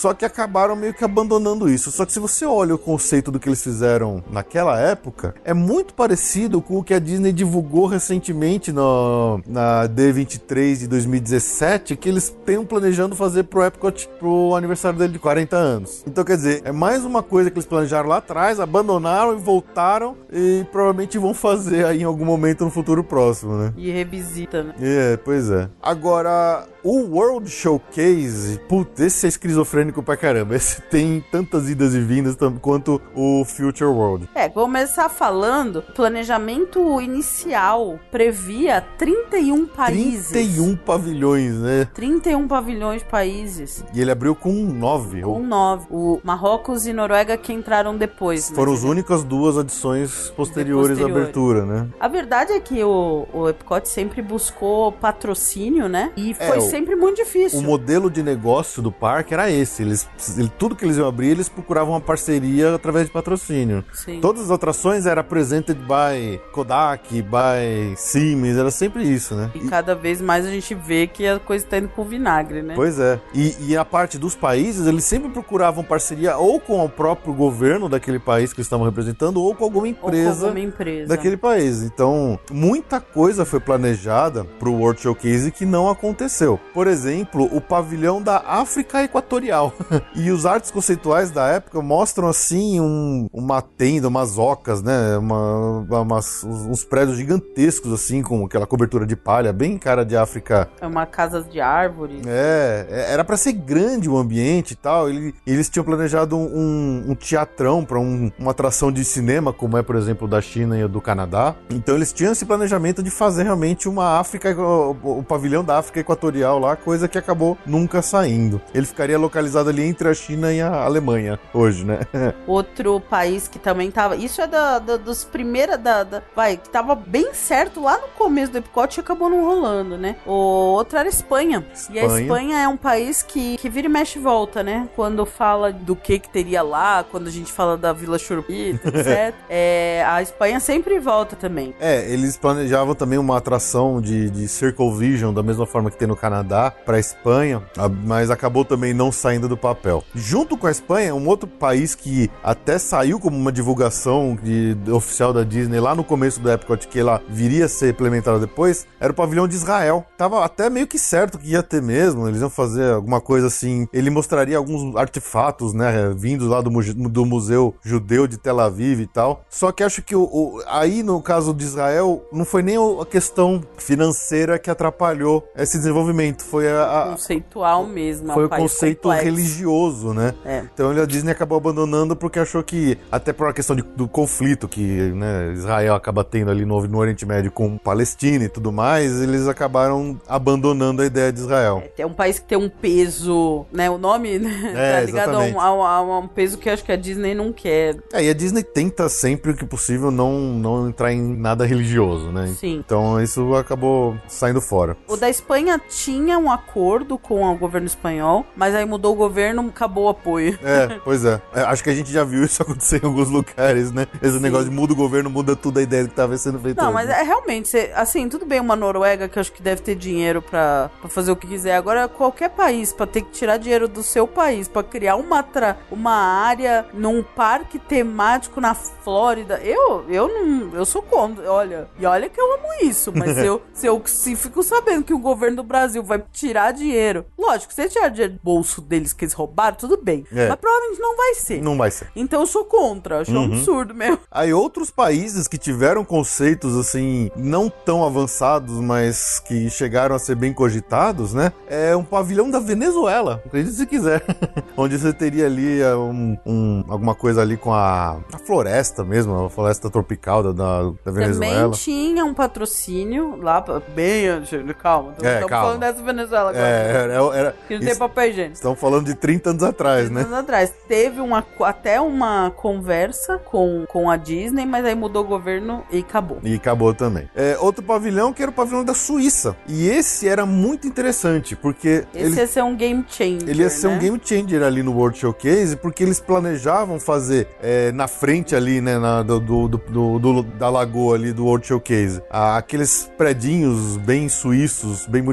Só que acabaram meio que abandonando isso. Só que se você olha o conceito do que eles fizeram naquela época, é muito parecido com o que a Disney divulgou recentemente no, na D vinte e três de dois mil e dezessete, que eles têm planejando fazer pro Epcot pro aniversário dele de quarenta anos. Então, quer dizer, é mais uma coisa que eles planejaram lá atrás, abandonaram e voltaram e provavelmente vão fazer aí em algum momento no futuro próximo, né? E revisita, né? É, pois é. Agora, o World Showcase, putz, esse é esquizofrênico pra caramba. Esse tem tantas idas e vindas tanto quanto o Future World. É, começar falando, o planejamento inicial previa trinta e um países. trinta e um pavilhões, né? trinta e um pavilhões de países. E ele abriu com nove. Com nove. O Marrocos e Noruega que entraram depois. Foram mas as únicas duas adições posteriores à posteriores. abertura, né? A verdade é que o, o Epcot sempre buscou patrocínio, né? E É, foi o- sempre muito difícil. O modelo de negócio do parque era esse. Eles, ele- tudo que eles iam abrir, eles procuravam uma parceria através de patrocínio. Sim. Todas as atrações eram presented by Kodak, by Siemens, era sempre isso, né? E cada vez mais a gente vê que a coisa tá indo pro vinagre, né? Pois é. E, e a parte dos países, eles sempre procuravam parceria ou com o próprio governo daquele país que eles estavam representando, ou com alguma Ou com empresa alguma empresa. daquele país. Então, muita coisa foi planejada pro World Showcase que não aconteceu. Por exemplo, o pavilhão da África Equatorial. E os artes conceituais da época mostram, assim, um- uma tenda, umas ocas, né? Uma, umas- uns prédios gigantescos, assim, com aquela cobertura de palha, bem cara de África. É uma casa de árvores. É, é, era pra ser grande o ambiente e tal. Ele- eles tinham planejado um, um teatrão pra um- uma atração de cinema, como é, por exemplo, da China e do Canadá. Então eles tinham esse planejamento de fazer realmente uma África, o, o pavilhão da África Equatorial lá, coisa que acabou nunca saindo. Ele ficaria localizado ali entre a China e a Alemanha hoje, né? Outro país que também tava. Isso é da, da, dos primeiras. Da, da- vai, que tava bem certo lá no começo do Epcot e acabou não rolando, né? O outro era a Espanha. E a Espanha. Espanha é um país que, que vira e mexe e volta, né? Quando fala do que que teria lá, quando a gente fala da Vila Churupita, etcétera. É, a Espanha sempre volta também. É, eles planejavam também uma atração de, de Circle Vision, da mesma forma que tem no Canadá, pra Espanha, a- mas acabou também não saindo do papel. Junto com a Espanha, um outro país que até saiu como uma divulgação de, de oficial da Disney lá no começo do Epcot, que ela viria a ser implementada depois, era o pavilhão de Israel. Tava até meio que certo que ia ter mesmo, eles iam fazer alguma coisa assim, ele mostraria alguns artefatos, né, vindos lá do, muje- do Museu Judeu de Tel Aviv e tal. Só que acho que o, o- aí no caso de Israel, não foi nem o- a questão financeira que atrapalhou esse desenvolvimento, foi a, a- Conceitual mesmo. é um foi o país conceito complexo. religioso, né? É. Então a Disney acabou abandonando porque achou que, até por uma questão de- do conflito que, né, Israel acaba tendo ali no, no Oriente Médio com Palestina e tudo mais, eles acabaram abandonando a ideia de Israel. É um país que tem um peso, né? O nome, né? É, tá ligado a um, exatamente. a um- a um peso que eu acho que a Disney não quer. É, e a Disney tenta sempre que possível não, não entrar em nada religioso, né? Sim. Então isso acabou saindo fora. O da Espanha tinha um acordo com o governo espanhol, mas aí mudou o governo, acabou o apoio. É, pois é. É, acho que a gente já viu isso acontecer em alguns lugares, né? Esse Sim. negócio de muda o governo, muda tudo a ideia do que estava sendo feito. Não, antes, mas né? é realmente, cê- assim, tudo bem uma Noruega que eu acho que deve ter dinheiro pra, pra fazer o que quiser. Agora, qualquer país, pra ter que tirar dinheiro do seu país, pra criar uma, tra- uma área num parque temático na Flórida, eu, eu não, eu sou contra, olha, e olha que eu amo isso, mas eu, se eu se fico sabendo que o governo do Brasil vai tirar dinheiro, lógico, se tirar dinheiro do bolso deles que eles roubaram, tudo bem, É. mas provavelmente não vai ser. Não vai ser. Então eu sou contra, acho um absurdo mesmo. Aí outros países que tiveram conceitos assim, não tão avançados, mas que chegaram a ser bem cogitados, né? É um pavilhão da Venezuela, acredite se quiser. Onde você teria ali é, um, um- alguma coisa ali com a, a floresta mesmo, a floresta tropical da, da, da Venezuela. Também tinha um patrocínio lá, bem antes, calma, É, estamos calma. falando dessa Venezuela agora. É, era, era, que não isso- tem papel higiênico. estamos falando de trinta anos atrás, né? Anos atrás. Teve uma, até uma conversa com, com a Disney, mas aí mudou o governo e acabou. E acabou também. É, outro pavilhão que era o pavilhão da Suíça. E esse era muito interessante, porque Esse ele, ia ser um game changer. ele ia ser né? um game changer ali no World Showcase, porque eles planejavam fazer é, na frente ali, né, na, do, do, do- do- da lagoa ali do World Showcase, a- aqueles predinhos bem suíços, bem bonitinhos,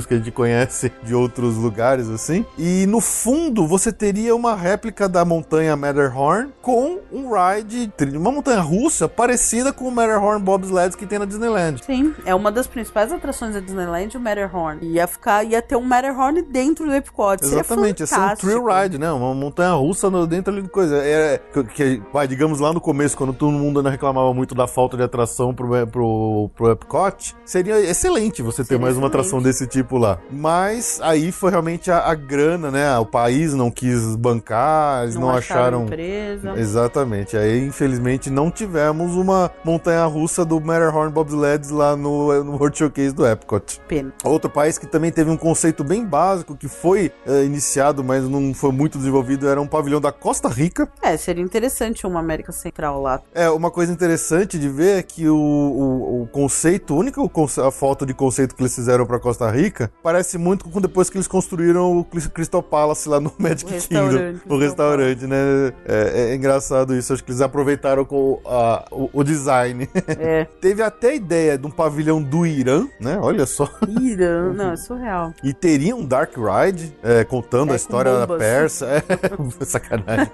que a gente conhece de outros lugares, assim. E no fundo, você teria uma réplica da montanha Matterhorn com um ride, uma montanha russa parecida com o Matterhorn Bobsleds que tem na Disneyland. Sim, é uma das principais atrações da Disneyland, o Matterhorn. Ia ficar, ia ter um Matterhorn dentro do Epcot. Exatamente, ia ser um thrill ride, né? Uma montanha russa no, dentro ali de coisa. É, que, que, vai, digamos lá no começo, quando todo mundo ainda reclamava muito da falta de atração pro, pro, pro Epcot, seria excelente você ter seria mais uma excelente. atração desse tipo lá. Mas aí foi realmente a, a grana, né? O país não quis bancar, eles não, não acharam. Empresa. Exatamente. Aí, infelizmente, não tivemos uma montanha russa do Matterhorn Bobsleds lá no, no World Showcase do Epcot. Pena. Outro país que também teve um conceito bem básico, que foi é, iniciado, mas não foi muito desenvolvido, era um pavilhão da Costa Rica. É, seria interessante uma América Central lá. É, uma coisa interessante de ver é que o, o, o conceito, a única conce- a falta de conceito que eles fizeram pra Costa Rica, parece muito com depois que eles construíram o Crystal Palace lá no Magic O Kingdom. restaurante, O restaurante, né? É, é engraçado isso, acho que eles aproveitaram com a, o, o design. É. Teve até a ideia de um pavilhão do Irã, né? Olha só. Irã, não, é surreal. E teria um Dark Ride, é, contando É, a história com da bombas. Pérsia. É, sacanagem.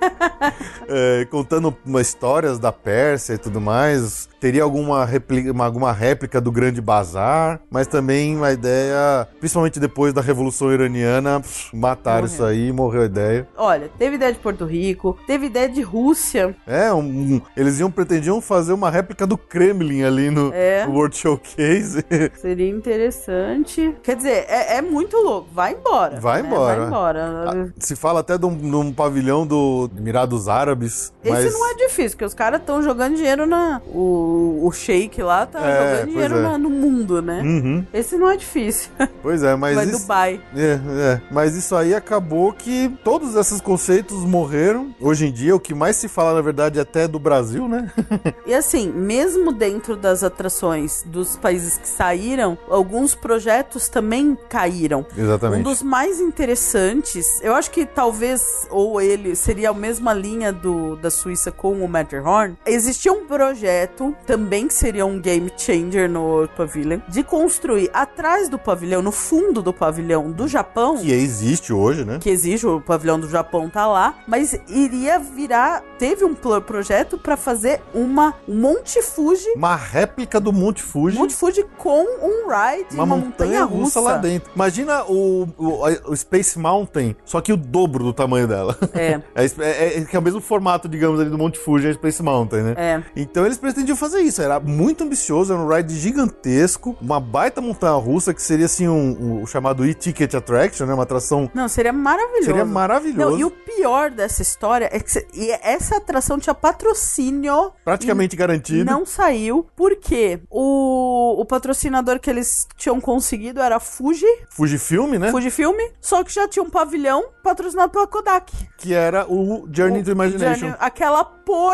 É, contando umas histórias da Pérsia e tudo mais. Teria alguma réplica, uma, alguma réplica do Grande Bazar, mas também uma ideia, principalmente depois da Revolução Iraniana, pff, mataram Morreu. isso aí, morreu a ideia. Olha, teve ideia de Porto Rico, teve ideia de Rússia. É, um, um- eles iam pretendiam fazer uma réplica do Kremlin ali no, É. no World Showcase. Seria interessante. Quer dizer, é, é muito louco. Vai embora. Vai né? embora. Vai embora. Se fala até de um, de um pavilhão do Emirados Árabes. Esse mas... não é difícil, porque os caras estão jogando dinheiro na... O, o Sheik lá tá É, jogando pois dinheiro é. na- no mundo, né? Uhum. Esse não é difícil. Pois é, mas Vai isso... Dubai. É, é. Mas isso aí acabou que todos esses conceitos morreram. Hoje em dia, o que mais se fala, na verdade, é até do Brasil, né? E assim, mesmo dentro das atrações dos países que saíram, alguns projetos também caíram. Exatamente. Um dos mais interessantes, eu acho que talvez, ou ele seria a mesma linha do, da Suíça com o Matterhorn, existia um projeto, também que seria um game changer no Pavilion, de construir atrás do pavilhão, no fundo do pavilhão do Japão, Que existe hoje, né? que exige, o pavilhão do Japão tá lá, mas iria virar, teve um pl- projeto pra fazer uma um Monte Fuji, Uma réplica do Monte Fuji. Monte Fuji com um ride, Uma, montanha, russa lá dentro. Imagina o, o, a- o Space Mountain, só que o dobro do tamanho dela. É. É, é, é, que é o mesmo formato, digamos, ali do Monte Fuji, é Space Mountain, né? É. Então eles pretendiam fazer isso. Era muito ambicioso, era um ride gigantesco, uma baita montanha russa, que seria assim um, um- o chamado E-Ticket Attraction, né? Uma atração. Não, seria maravilhoso. Seria maravilhoso. Não, e o pior dessa história é que cê- e essa atração tinha patrocínio. Praticamente e garantido. Não saiu, porque o, o patrocinador que eles tinham conseguido era a Fuji, Fujifilm, né? Fujifilm, só que já tinha um pavilhão patrocinado pela Kodak. Que era o Journey O to Imagination. Journey- aquela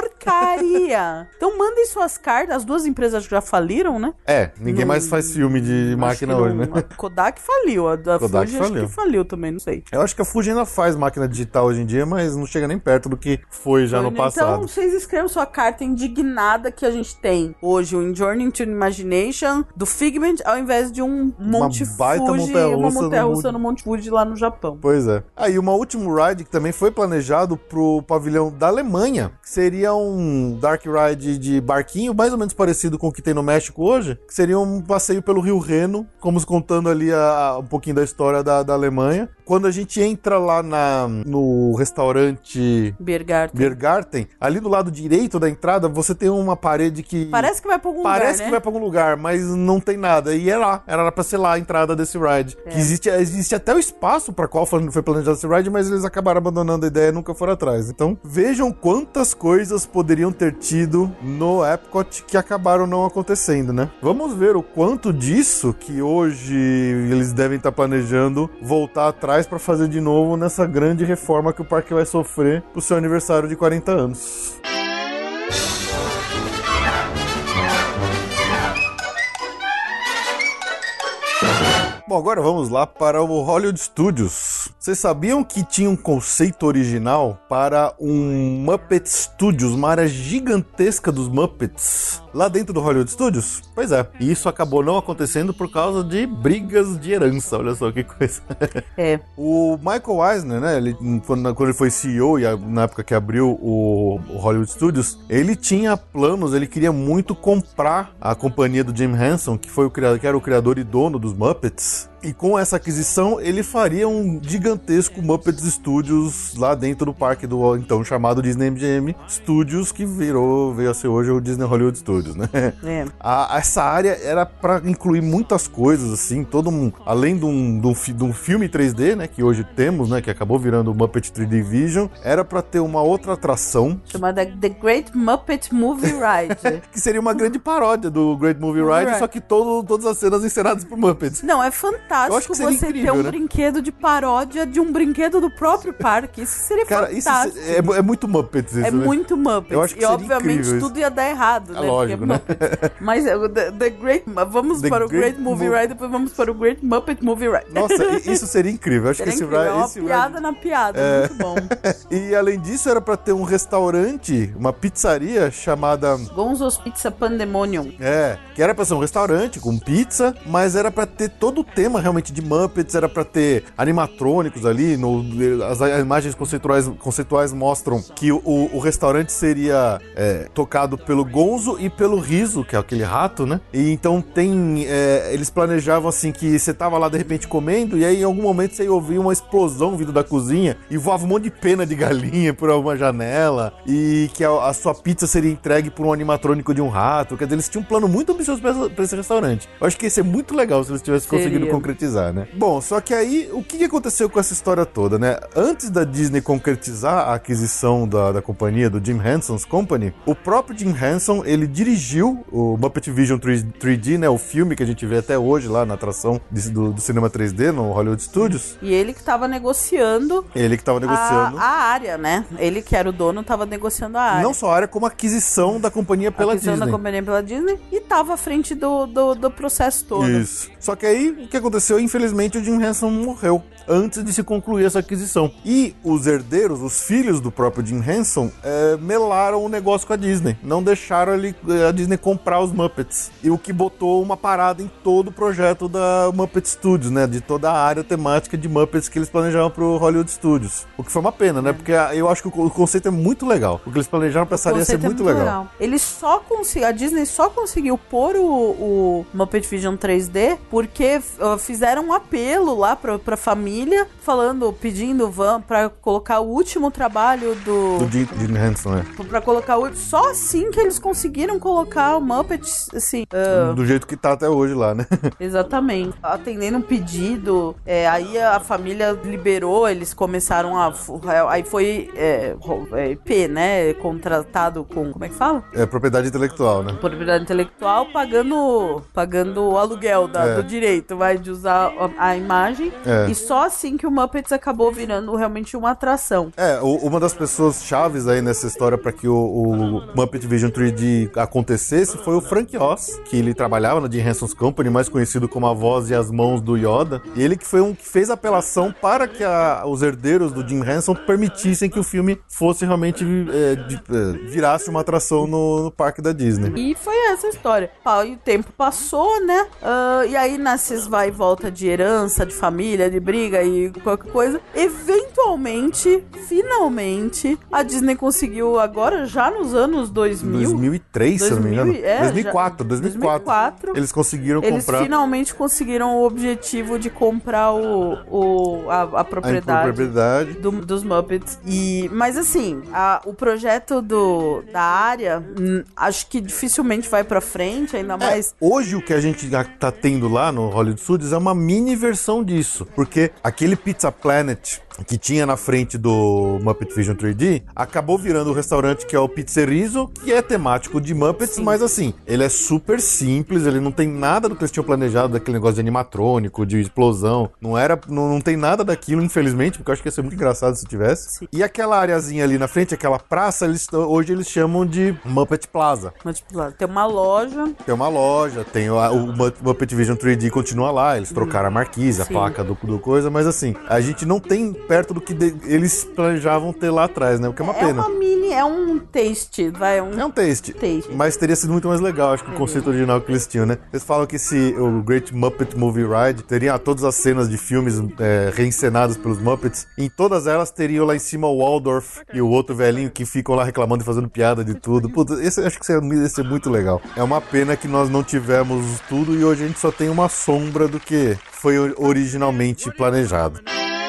porcaria. Então mandem suas cartas, as duas empresas já faliram, né? É, ninguém Não- mais faz filme de Acho máquina que hoje, não- né? A Kodak faliu, a da Kodak Fuji acho faliu. que faliu também, não sei. Eu acho que a Fuji ainda faz máquina digital hoje em dia, mas não chega nem perto do que foi já no passado. Então, vocês escrevam sua carta indignada que a gente tem hoje o Journey to Imagination do Figment, ao invés de um Monte baita Fuji, montanha-russa uma montanha-russa no Monte- no Monte Fuji lá no Japão. Pois é. Aí, uma último ride que também foi planejado pro pavilhão da Alemanha, que seria um dark ride de barquinho, mais ou menos parecido com o que tem no México hoje, que seria um passeio pelo Rio Reno, como contando ali a- a- um pouquinho da história da, da Alemanha. Quando a gente entra lá na, no restaurante Bergarten. Biergarten, ali do lado direito da entrada, você tem uma parede que... Parece que vai pra algum Parece lugar, que né? vai pra algum lugar, mas não tem nada. E é lá, era pra ser lá a entrada desse ride. É. Que existe, existe até o espaço pra qual foi foi planejado esse ride, mas eles acabaram abandonando a ideia e nunca foram atrás. Então, vejam quantas coisas poderiam ter tido no Epcot que acabaram não acontecendo, né? Vamos ver o quanto disso que hoje eles devem estar planejando voltar atrás pra fazer de novo nessa grande reforma que o parque vai sofrer pro seu aniversário de quarenta anos. Bom, Bom, agora vamos lá para o Hollywood Studios. Vocês sabiam que tinha um conceito original para um Muppet Studios, uma área gigantesca dos Muppets, lá dentro do Hollywood Studios? Pois é, e isso acabou não acontecendo por causa de brigas de herança, olha só que coisa. É. O Michael Eisner, né, ele, quando, quando ele foi C E O e a, na época que abriu o, o Hollywood Studios, ele tinha planos, ele queria muito comprar a companhia do Jim Henson, que, foi o criador, que era o criador e dono dos Muppets. E com essa aquisição, ele faria um gigantesco Muppets Studios lá dentro do parque do então chamado Disney M G M Studios, que virou, veio a ser hoje o Disney Hollywood Studios, né? É. A, essa área era para incluir muitas coisas, assim, todo um, além de um, de, um, de um filme três D, né, que hoje temos, né, que acabou virando o Muppet três D Vision, era para ter uma outra atração chamada The Great Muppet Movie Ride. que seria uma grande paródia do Great Movie Ride, Ride. só que todo, todas as cenas encenadas por Muppets. Não, é fantástico. Eu acho que seria você incrível, ter um né? brinquedo de paródia de um brinquedo do próprio parque. Isso seria Cara, isso fantástico. é, é muito Muppets isso, É né? muito Muppets. Eu acho que e seria obviamente incrível tudo ia dar errado, É né? lógico, Porque né? Muppets. Mas é, o the, the Great... Vamos The para o Great Great Movie Mo- Ride, depois vamos para o Great Muppet Movie Ride. Nossa, i- isso seria incrível. Eu acho Seria que esse incrível, ride, é uma esse piada ride- na piada, É. muito bom. E além disso, era pra ter um restaurante, uma pizzaria chamada. Gonzo's Pizza Pandemonium. É, que era pra ser um restaurante com pizza, mas era pra ter todo o tema realmente de Muppets, era pra ter animatrônicos ali, no, as, as imagens conceituais, conceituais mostram que o, o restaurante seria é, tocado pelo Gonzo e pelo Riso, que é aquele rato, né? E então tem, é, eles planejavam assim que você tava lá de repente comendo e aí em algum momento você ia ouvir uma explosão vindo da cozinha e voava um monte de pena de galinha por uma janela e que a, a sua pizza seria entregue por um animatrônico de um rato. Quer dizer, eles tinham um plano muito ambicioso pra, essa- pra esse restaurante. Eu acho que ia ser muito legal se eles tivessem Seria. conseguido concretizar, né? Bom, só que aí, o que que aconteceu com essa história toda, né? Antes da Disney concretizar a aquisição da, da companhia, do Jim Henson's Company, o próprio Jim Henson, ele dirigiu o Muppet Vision três D, né? O filme que a gente vê até hoje lá na atração de- do, do cinema três D no Hollywood Studios. E ele que tava negociando Ele que tava negociando. a, a área, né? Ele que era o dono, tava negociando a área. Não só a área, como a aquisição da companhia pela a aquisição Disney. da companhia pela Disney e tava à frente do, do, do processo todo. Isso. Só que aí, o que aconteceu? Infelizmente, o Jim Henson morreu antes de se concluir essa aquisição. E os herdeiros, os filhos do próprio Jim Henson, é, melaram o negócio com a Disney. Não deixaram ele, a Disney comprar os Muppets. E o que botou uma parada em todo o projeto da Muppet Studios, né? De toda a área temática de Muppets que eles planejavam pro Hollywood Studios. O que foi uma pena, né? Porque a- eu acho que o, o conceito é muito legal. O que eles planejaram pra essa área ia ser conceito é muito legal. Eles só conseguiram, a Disney só conseguiu pôr o, o Muppet Vision três D porque uh, fizeram um apelo lá pra, pra família, falando, pedindo van pra colocar o último trabalho do... Do Jim, Jim Henson, né? Pra colocar o... Só assim que eles conseguiram colocar o Muppet, assim... uh, Do jeito que tá até hoje lá, né? Exatamente. Atendendo um pedido, é, aí a família liberou, eles começaram a... Aí foi é, ro- é, I P, né? Contratado com... Como é que fala? É propriedade intelectual, né? Propriedade intelectual pagando, pagando o aluguel da- É. do direito, vai, de usar a, a imagem. É. E só assim que o Muppets acabou virando realmente uma atração. É, o- uma das pessoas chaves aí nessa história para que o, o Muppet Vision três D acontecesse foi o Frank Oz, que ele trabalhava na Jim Henson's Company, mais conhecido como a voz e as mãos do Yoda. E ele que foi um que fez a apelação para que a- os herdeiros do Jim Henson permitissem que o filme fosse realmente é, de- é, virasse uma atração no, no parque da Disney. E foi essa a história. Pá, e o tempo passou, né? Ah, e aí nesses vai e volta de herança, de família, de briga e qualquer coisa. Eventualmente, finalmente, a Disney conseguiu agora, já nos anos dois mil... dois mil e três, se eu não me engano. dois mil, é, dois mil e quatro, já- dois mil e quatro. dois mil e quatro. Eles conseguiram Eles comprar finalmente conseguiram o objetivo de comprar o, o, a, a a propriedade. propriedade. do- dos Muppets. E, mas assim, a- o projeto do, da área, hum, acho que dificilmente vai pra frente, ainda mais. É, hoje o que a gente já tá tendo lá no Hollywood Studios é uma mini versão disso, porque aquele Pizza Planet que tinha na frente do Muppet Vision três D, acabou virando o restaurante que é o Pizzerizo, que é temático de Muppets, Sim. mas assim, ele é super simples, ele não tem nada do que eles tinham planejado, daquele negócio de animatrônico, de explosão, não era, não, não tem nada daquilo, infelizmente, porque eu acho que ia ser muito engraçado se tivesse. Sim. E aquela areazinha ali na frente, aquela praça, eles, hoje eles chamam de Muppet Plaza. Muppet Plaza. Tem uma loja. Tem uma loja, tem o, o Muppet Vision três D continua lá, eles trocaram a marquise, a Sim. placa do, do coisa, mas assim, a gente não tem perto do que de, eles planejavam ter lá atrás, né? O que é uma é pena. É uma mini, é um taste, vai, um... É um taste, taste. Mas teria sido muito mais legal, acho que é. o conceito original que eles tinham, né? Eles falam que esse, o Great Muppet Movie Ride, teria todas as cenas de filmes é, reencenadas pelos Muppets, em todas elas teriam lá em cima o Waldorf e o outro velhinho que ficam lá reclamando e fazendo piada de tudo. Puta, esse, acho que ia ser muito legal. É uma pena que nós não tivemos tudo e hoje a gente só tem uma sombra do que foi originalmente planejado.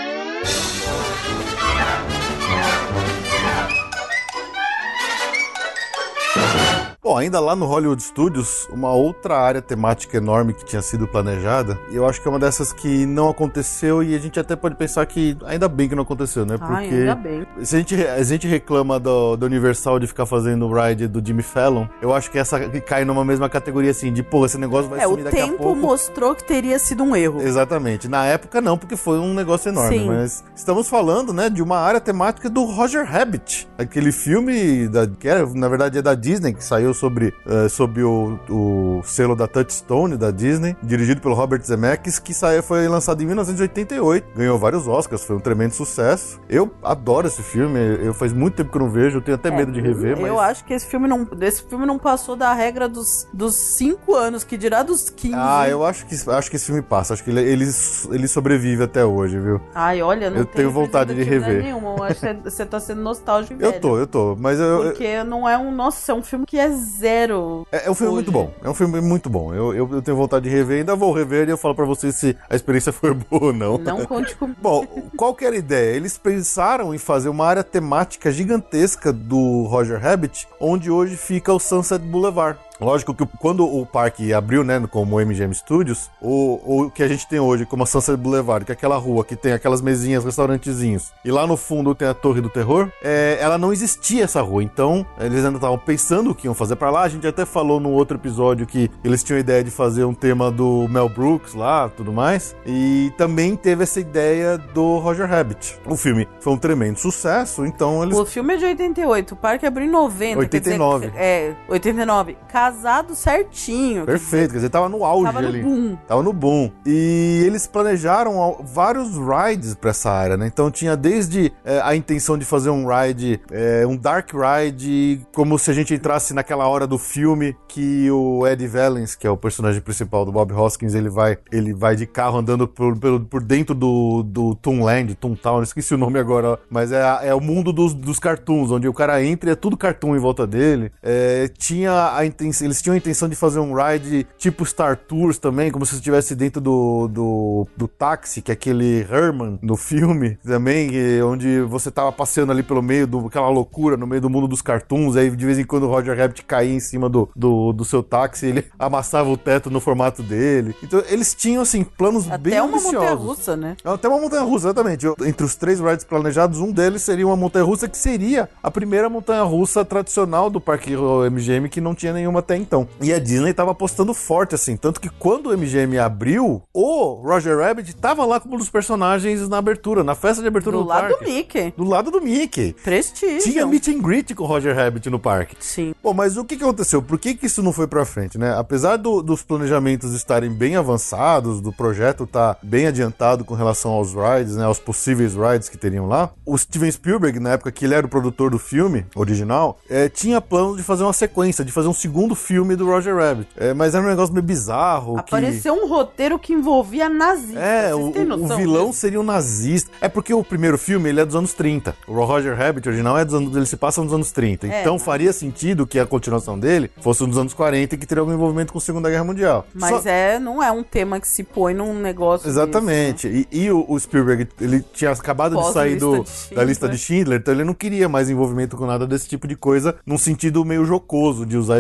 Bom, ainda lá no Hollywood Studios, uma outra área temática enorme que tinha sido planejada, e eu acho que é uma dessas que não aconteceu, e a gente até pode pensar que ainda bem que não aconteceu, né? Porque Ai, ainda bem. Se a gente, a gente reclama do, do Universal de ficar fazendo o ride do Jimmy Fallon, eu acho que essa cai numa mesma categoria assim, de pô, esse negócio vai é, sumir daqui a pouco. O tempo mostrou que teria sido um erro. Exatamente. Na época não, porque foi um negócio enorme, Sim. mas estamos falando, né, de uma área temática do Roger Rabbit, aquele filme da, que era, na verdade é da Disney, que saiu sobre, uh, sobre o, o selo da Touchstone da Disney, dirigido pelo Robert Zemeckis, que saiu, foi lançado em mil novecentos e oitenta e oito, ganhou vários Oscars, foi um tremendo sucesso. Eu adoro esse filme, eu faz muito tempo que eu não vejo, eu tenho até é, medo de rever, eu mas... Eu acho que esse filme não, esse filme não passou da regra dos, dos cinco anos, que dirá dos quinze. Ah, eu acho que, acho que esse filme passa, acho que ele, ele, ele sobrevive até hoje, viu? Ai, olha, não eu tenho vontade de rever. Nenhuma. Eu acho que você tá sendo nostálgico, Eu velho. tô, eu tô, mas eu... Porque não é um... Nossa, é um filme que é zero. É, é um filme hoje. muito bom, é um filme muito bom. Eu, eu, eu tenho vontade de rever, ainda vou rever e eu falo pra vocês se a experiência foi boa ou não. Não conte comigo. Bom, qual que era a ideia? Eles pensaram em fazer uma área temática gigantesca do Roger Rabbit, onde hoje fica o Sunset Boulevard. Lógico que quando o parque abriu, né, como o M G M Studios, o, o que a gente tem hoje como a Sunset Boulevard, que é aquela rua que tem aquelas mesinhas, restaurantezinhos, e lá no fundo tem a Torre do Terror, é, ela não existia essa rua, então eles ainda estavam pensando o que iam fazer pra lá. A gente até falou no outro episódio que eles tinham a ideia de fazer um tema do Mel Brooks lá, tudo mais, e também teve essa ideia do Roger Rabbit. O filme foi um tremendo sucesso, então eles... O filme é de oitenta e oito, o parque abriu em noventa. oitenta e nove. Quer dizer, é, oitenta e nove. Casado certinho. Perfeito, quer dizer, tava no auge tava ali. Tava no boom. Tava no boom. E eles planejaram vários rides pra essa área, né? Então tinha desde é, a intenção de fazer um ride, é, um dark ride, como se a gente entrasse naquela hora do filme que o Eddie Valens, que é o personagem principal do Bob Hoskins, ele vai, ele vai de carro andando por, por, por dentro do, do Toonland, Toontown, esqueci o nome agora, mas é, é o mundo dos, dos cartoons, onde o cara entra e é tudo cartoon em volta dele. É, tinha a intenção, eles tinham a intenção de fazer um ride tipo Star Tours também, como se você estivesse dentro do, do, do táxi, que é aquele Herman no filme também, onde você tava passeando ali pelo meio daquela loucura, no meio do mundo dos cartoons, aí de vez em quando o Roger Rabbit caía em cima do, do, do seu táxi, ele amassava o teto no formato dele. Então eles tinham, assim, planos Até bem ambiciosos. Até uma montanha-russa, né? Até uma montanha-russa, exatamente. Entre os três rides planejados, um deles seria uma montanha-russa que seria a primeira montanha-russa tradicional do parque M G M, que não tinha nenhuma até então. E a Disney tava apostando forte, assim, tanto que quando o M G M abriu, o Roger Rabbit tava lá como um dos personagens na abertura, na festa de abertura do, do parque. Do lado do Mickey. Do lado do Mickey. Prestígio. Tinha meet and greet com o Roger Rabbit no parque. Sim. Bom, mas o que que aconteceu? Por que que isso não foi pra frente, né? Apesar do, dos planejamentos estarem bem avançados, do projeto estar tá bem adiantado com relação aos rides, né, aos possíveis rides que teriam lá, o Steven Spielberg, na época que ele era o produtor do filme original, é, tinha plano de fazer uma sequência, de fazer um segundo filme do Roger Rabbit. É, mas era um negócio meio bizarro. Apareceu que... um roteiro que envolvia nazistas. É, o, o vilão disso? Seria um nazista. É porque o primeiro filme, ele é dos anos trinta. O Roger Rabbit original é dos anos, ele se passa nos anos trinta. É, então mas... faria sentido que a continuação dele fosse nos anos quarenta e que teria algum envolvimento com a Segunda Guerra Mundial. Mas Só... é, não é um tema que se põe num negócio. Exatamente. Desse, né? E, e o, o Spielberg, ele tinha acabado Pós de sair do, de da lista de Schindler, então ele não queria mais envolvimento com nada desse tipo de coisa, num sentido meio jocoso de usar esse tema.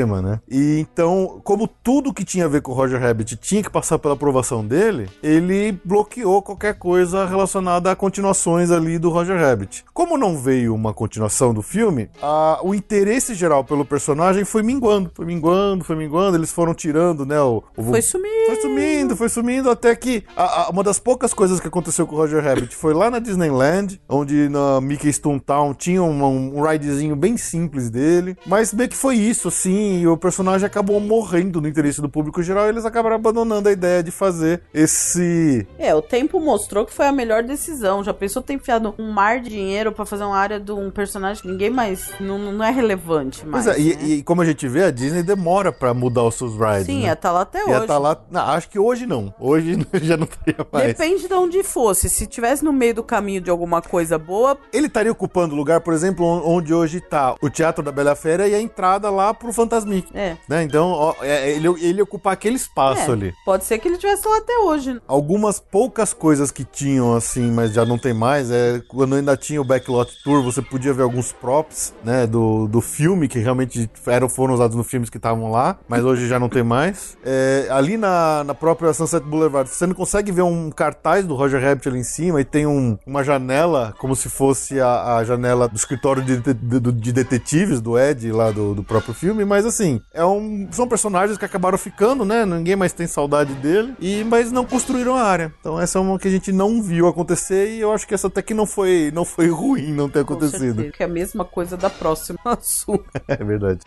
cinema, né? E então, como tudo que tinha a ver com o Roger Rabbit tinha que passar pela aprovação dele, ele bloqueou qualquer coisa relacionada a continuações ali do Roger Rabbit. Como não veio uma continuação do filme, a, o interesse geral pelo personagem foi minguando, foi minguando, foi minguando, eles foram tirando, né, o... o Foi sumindo. Foi sumindo, foi sumindo, até que a, a, uma das poucas coisas que aconteceu com o Roger Rabbit foi lá na Disneyland, onde na Mickey Toontown tinha um, um ridezinho bem simples dele, mas meio que foi isso, assim, e o personagem acabou morrendo no interesse do público geral, e eles acabaram abandonando a ideia de fazer esse... É, o tempo mostrou que foi a melhor decisão. Já pensou ter enfiado um mar de dinheiro pra fazer uma área de um personagem que ninguém mais... Não, não é relevante mais, Pois é, né? e, e como a gente vê, a Disney demora pra mudar os seus rides, Sim, né? ia tá lá até Ia hoje. tá lá... Não, acho que hoje não. Hoje já não teria mais. Depende de onde fosse. Se tivesse no meio do caminho de alguma coisa boa... Ele estaria ocupando o lugar, por exemplo, onde hoje tá o Teatro da Bela Fera e a entrada lá pro Fantasmic. É. Né? Então, ó, é, ele, ele ocupar aquele espaço É, ali. pode ser que ele estivesse lá até hoje. Algumas poucas coisas que tinham, assim, mas já não tem mais, é quando ainda tinha o Backlot Tour, você podia ver alguns props, né, do, do filme, que realmente eram, foram usados nos filmes que estavam lá, mas hoje já não tem mais. É, ali na, na própria Sunset Boulevard, você não consegue ver um cartaz do Roger Rabbit ali em cima, e tem um, uma janela, como se fosse a, a janela do escritório de, de, de, de detetives, do Ed, lá do, do próprio filme, mas assim, é um, são personagens que acabaram ficando, né, ninguém mais tem saudade dele, e, mas não construíram a área. Então essa é uma que a gente não viu acontecer, e eu acho que essa até que não foi, não foi ruim não ter Com acontecido. certeza, que é a mesma coisa da próxima sua. É verdade.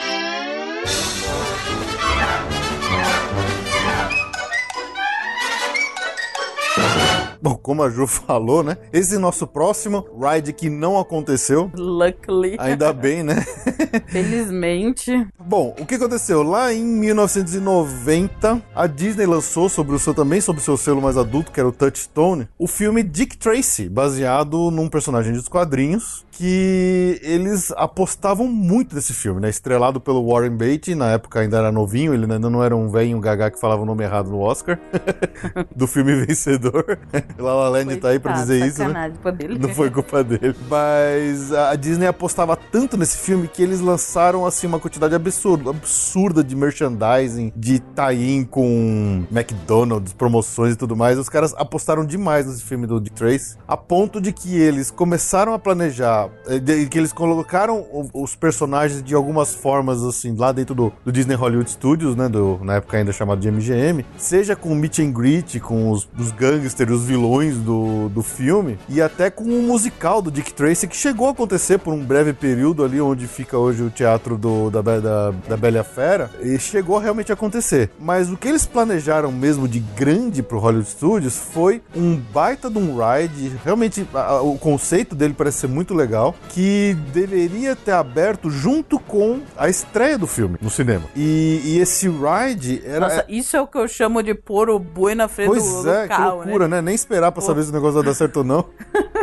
Bom, como a Ju falou, né? Esse nosso próximo ride que não aconteceu. Luckily. Ainda bem, né? Felizmente. Bom, o que aconteceu? Lá em mil novecentos e noventa, a Disney lançou sobre o seu também, sobre o seu selo mais adulto, que era o Touchstone, o filme Dick Tracy, baseado num personagem dos quadrinhos, que eles apostavam muito nesse filme, né? Estrelado pelo Warren Beatty, na época ainda era novinho, ele ainda não era um velho gaga que falava o nome errado no Oscar, do filme vencedor. La La Land tá aí pra dizer isso, né? Dele. Não foi culpa dele. Mas a Disney apostava tanto nesse filme que eles lançaram, assim, uma quantidade absurda, absurda de merchandising, de tie-in com McDonald's, promoções e tudo mais. Os caras apostaram demais nesse filme do Dick Tracy, a ponto de que eles começaram a planejar, de, que eles colocaram os personagens de algumas formas, assim, lá dentro do, do Disney Hollywood Studios, né, do, na época ainda chamado de M G M, seja com meet and greet, com os, os gangsters, os vilões do, do filme, e até com o musical do Dick Tracy, que chegou a acontecer por um breve período ali, onde fica hoje o teatro do, da, da, da Bela e a Fera, e chegou a realmente acontecer. Mas o que eles planejaram mesmo de grande pro Hollywood Studios foi um baita de um ride, realmente a, o conceito dele parece ser muito legal, que deveria ter aberto junto com a estreia do filme no cinema. E, e esse ride era... Nossa, isso é o que eu chamo de pôr o boi na frente pois do, do é, carro, que loucura, né? né? Nem esperar pra Pô. saber se o negócio vai dar certo ou não.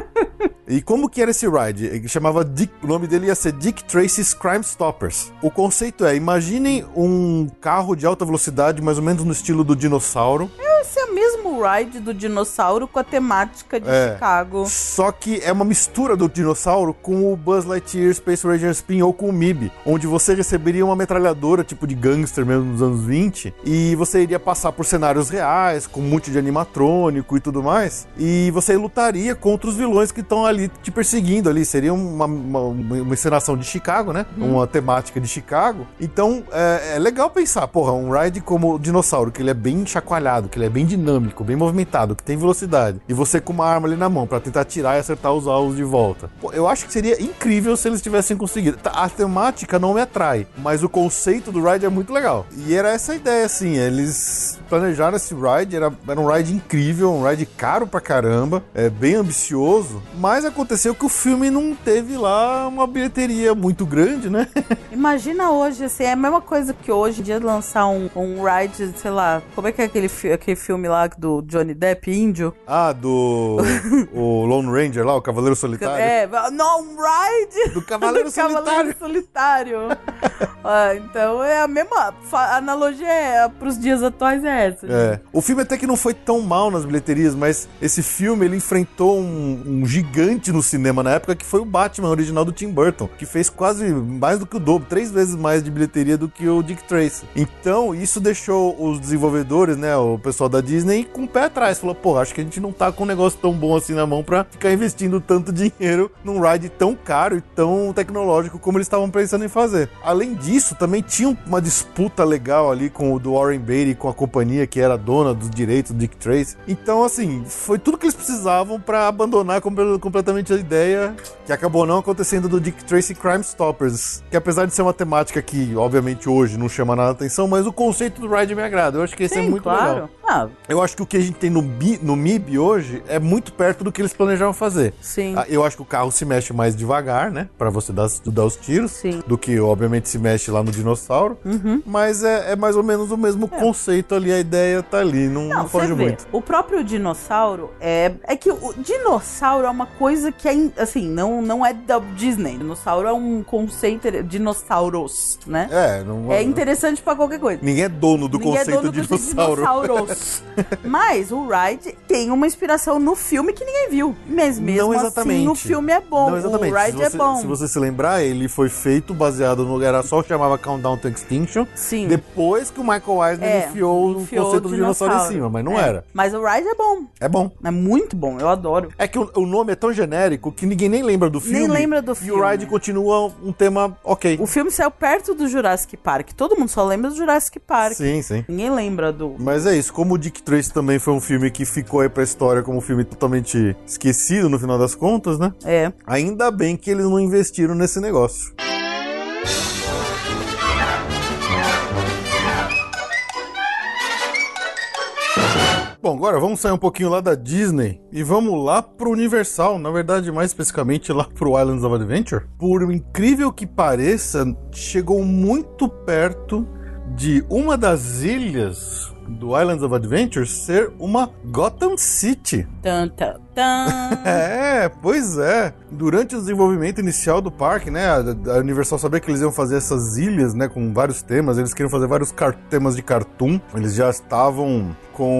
E como que era esse ride? Ele chamava Dick, o nome dele ia ser Dick Tracy's Crime Stoppers. O conceito é, imaginem um carro de alta velocidade, mais ou menos no estilo do dinossauro. Esse é o mesmo ride do dinossauro com a temática de É. Chicago. Só que é uma mistura do dinossauro com o Buzz Lightyear Space Ranger Spin ou com o M I B, onde você receberia uma metralhadora tipo de gangster mesmo nos anos vinte, e você iria passar por cenários reais, com um monte de animatrônico e tudo mais, e você lutaria contra os vilões que estão ali te perseguindo ali. Seria uma, uma, uma encenação de Chicago, né? Hum. Uma temática de Chicago. Então, é, é legal pensar, porra, um ride como o dinossauro, que ele é bem chacoalhado, que ele é bem dinâmico, bem movimentado, que tem velocidade, e você com uma arma ali na mão pra tentar tirar e acertar os alvos de volta. Pô, eu acho que seria incrível se eles tivessem conseguido. A temática não me atrai, mas o conceito do ride é muito legal. E era essa a ideia, assim, eles planejaram esse ride, era, era um ride incrível, um ride caro pra caramba, é bem ambicioso, mas aconteceu que o filme não teve lá uma bilheteria muito grande, né? Imagina hoje, assim, é a mesma coisa que hoje em dia lançar um, um ride, sei lá, como é que é aquele, fi- aquele filme lá do do Johnny Depp, índio. Ah, do o Lone Ranger lá, o Cavaleiro Solitário. É, no ride Do Cavaleiro do Cavaleiro Solitário. Ah, então é a mesma fa- analogia é, pros dias atuais é essa. É. O filme até que não foi tão mal nas bilheterias, mas esse filme ele enfrentou um, um gigante no cinema na época, que foi o Batman original do Tim Burton, que fez quase mais do que o dobro, três vezes mais de bilheteria do que o Dick Tracy. Então, isso deixou os desenvolvedores, né, o pessoal da Disney, com o pé atrás. Falou, pô, acho que a gente não tá com um negócio tão bom assim na mão pra ficar investindo tanto dinheiro num ride tão caro e tão tecnológico como eles estavam pensando em fazer. Além disso, também tinha uma disputa legal ali com o do Warren Beatty, com a companhia que era dona dos direitos do Dick Tracy. Então, assim, foi tudo que eles precisavam pra abandonar com- completamente a ideia, que acabou não acontecendo, do Dick Tracy Crime Stoppers, que apesar de ser uma temática que, obviamente, hoje não chama nada atenção, mas o conceito do ride me agrada. Eu acho que esse Sim, é muito claro. legal. Ah, Eu acho que o que a gente tem no, Bi- no M I B hoje é muito perto do que eles planejavam fazer. sim. Ah, Eu acho que o carro se mexe mais devagar, né? Pra você dar, dar os tiros. Sim. Do que, obviamente, se mexe lá no dinossauro. Uhum. Mas é, é mais ou menos o mesmo conceito ali. A ideia tá ali. Não, não Não, você foge vê, muito. o próprio dinossauro é... É que o dinossauro é uma coisa que é, in- assim, não, não é da Disney. Dinossauro é um conceito... Dinossauros, né? É, não É interessante pra qualquer coisa. Ninguém é dono do Ninguém é conceito dono de do dinossauro. dinossauros. Mas o ride tem uma inspiração no filme que ninguém viu. Mas mesmo Não exatamente. assim, o filme é bom. Não, exatamente. O ride se você, é bom. Se você se lembrar, ele foi feito baseado no era só que chamava Countdown to Extinction. Sim. Depois que o Michael Eisner É, enfiou, o enfiou conceito o do dinossauro em dinossauro. cima, mas não É. era. Mas o ride é bom. É bom. É muito bom, eu adoro. É que o, o nome é tão genérico que ninguém nem lembra do filme. Nem lembra do E filme. o ride continua um tema ok. O filme saiu perto do Jurassic Park. Todo mundo só lembra do Jurassic Park. Sim, sim. Ninguém lembra do... Mas é isso, como o Dick Tracy também foi um filme que ficou aí pra história como um filme totalmente esquecido no final das contas, né? É. Ainda bem que eles não investiram nesse negócio. Bom, agora vamos sair um pouquinho lá da Disney e vamos lá pro Universal, na verdade, mais especificamente lá pro Islands of Adventure. Por incrível que pareça, chegou muito perto de uma das ilhas do Islands of Adventure ser uma Gotham City. Tan, tan, tan. É, pois é. Durante o desenvolvimento inicial do parque, né, a, a Universal sabia que eles iam fazer essas ilhas, né, com vários temas. Eles queriam fazer vários car- temas de cartoon. Eles já estavam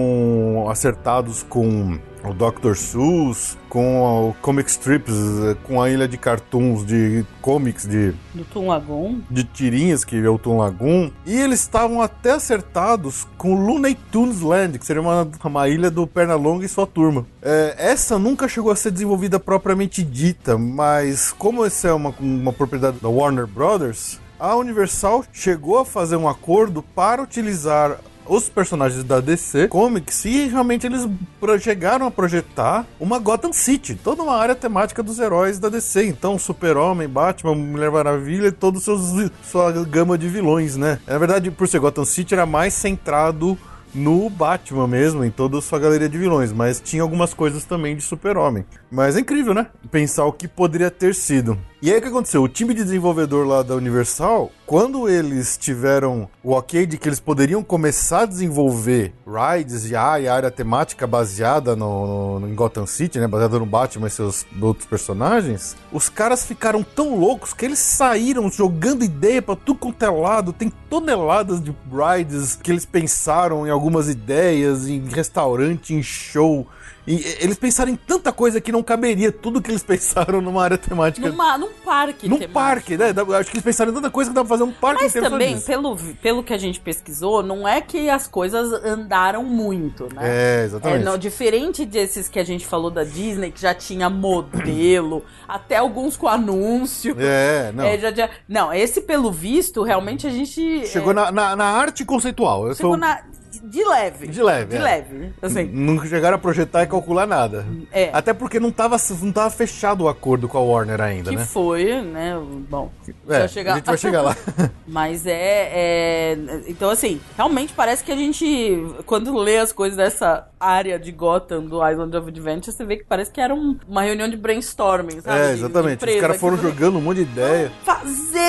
com acertados com o doutor Seuss, com o Comic Strips, com a ilha de cartoons de comics de Do Toon Lagoon. de tirinhas, que é o Toon Lagoon, e eles estavam até acertados com o Looney Tunes Land, que seria uma, uma ilha do Pernalonga e sua turma. É, essa nunca chegou a ser desenvolvida propriamente dita, mas como essa é uma, uma propriedade da Warner Brothers, a Universal chegou a fazer um acordo para utilizar os personagens da D C Comics e realmente eles pro- chegaram a projetar uma Gotham City, toda uma área temática dos heróis da D C. Então, Super-Homem, Batman, Mulher Maravilha e toda a sua gama de vilões, né? Na verdade, por ser Gotham City, era mais centrado no Batman mesmo, em toda a sua galeria de vilões, mas tinha algumas coisas também de Super-Homem. Mas é incrível, né? Pensar o que poderia ter sido. E aí o que aconteceu? O time de desenvolvedor lá da Universal, quando eles tiveram o ok de que eles poderiam começar a desenvolver rides já e a área temática baseada no, no, em Gotham City, né? Baseada no Batman e seus outros personagens, os caras ficaram tão loucos que eles saíram jogando ideia pra tudo quanto é lado. Tem toneladas de rides que eles pensaram em algumas ideias, em restaurante, em show. E eles pensaram em tanta coisa que não caberia tudo que eles pensaram numa área temática. Numa, num parque Num temático. parque, né? Dá- Acho que eles pensaram em tanta coisa que dá pra fazer um parque Mas inteiro só também, disso. pelo, pelo que a gente pesquisou, não é que as coisas andaram muito, né? É, É, exatamente. não, diferente desses que a gente falou da Disney, que já tinha modelo, até alguns com anúncio. É, não. É, já, já- não, esse pelo visto, realmente a gente... Chegou é, na, na, na arte conceitual. Eu chegou sou... na... De leve. De leve, De é. leve, assim. Não chegaram a projetar e calcular nada. É. Até porque não tava, não tava fechado o acordo com a Warner ainda, Que né? foi, né? Bom, É, vai chegar- a gente vai chegar lá. Mas é, é. Então, assim, realmente parece que a gente, quando lê as coisas dessa área de Gotham, do Island of Adventure, você vê que parece que era um- uma reunião de brainstorming, sabe? É, De- de exatamente. Os empresa, caras foram que- jogando um monte de ideia. Fazer, tá,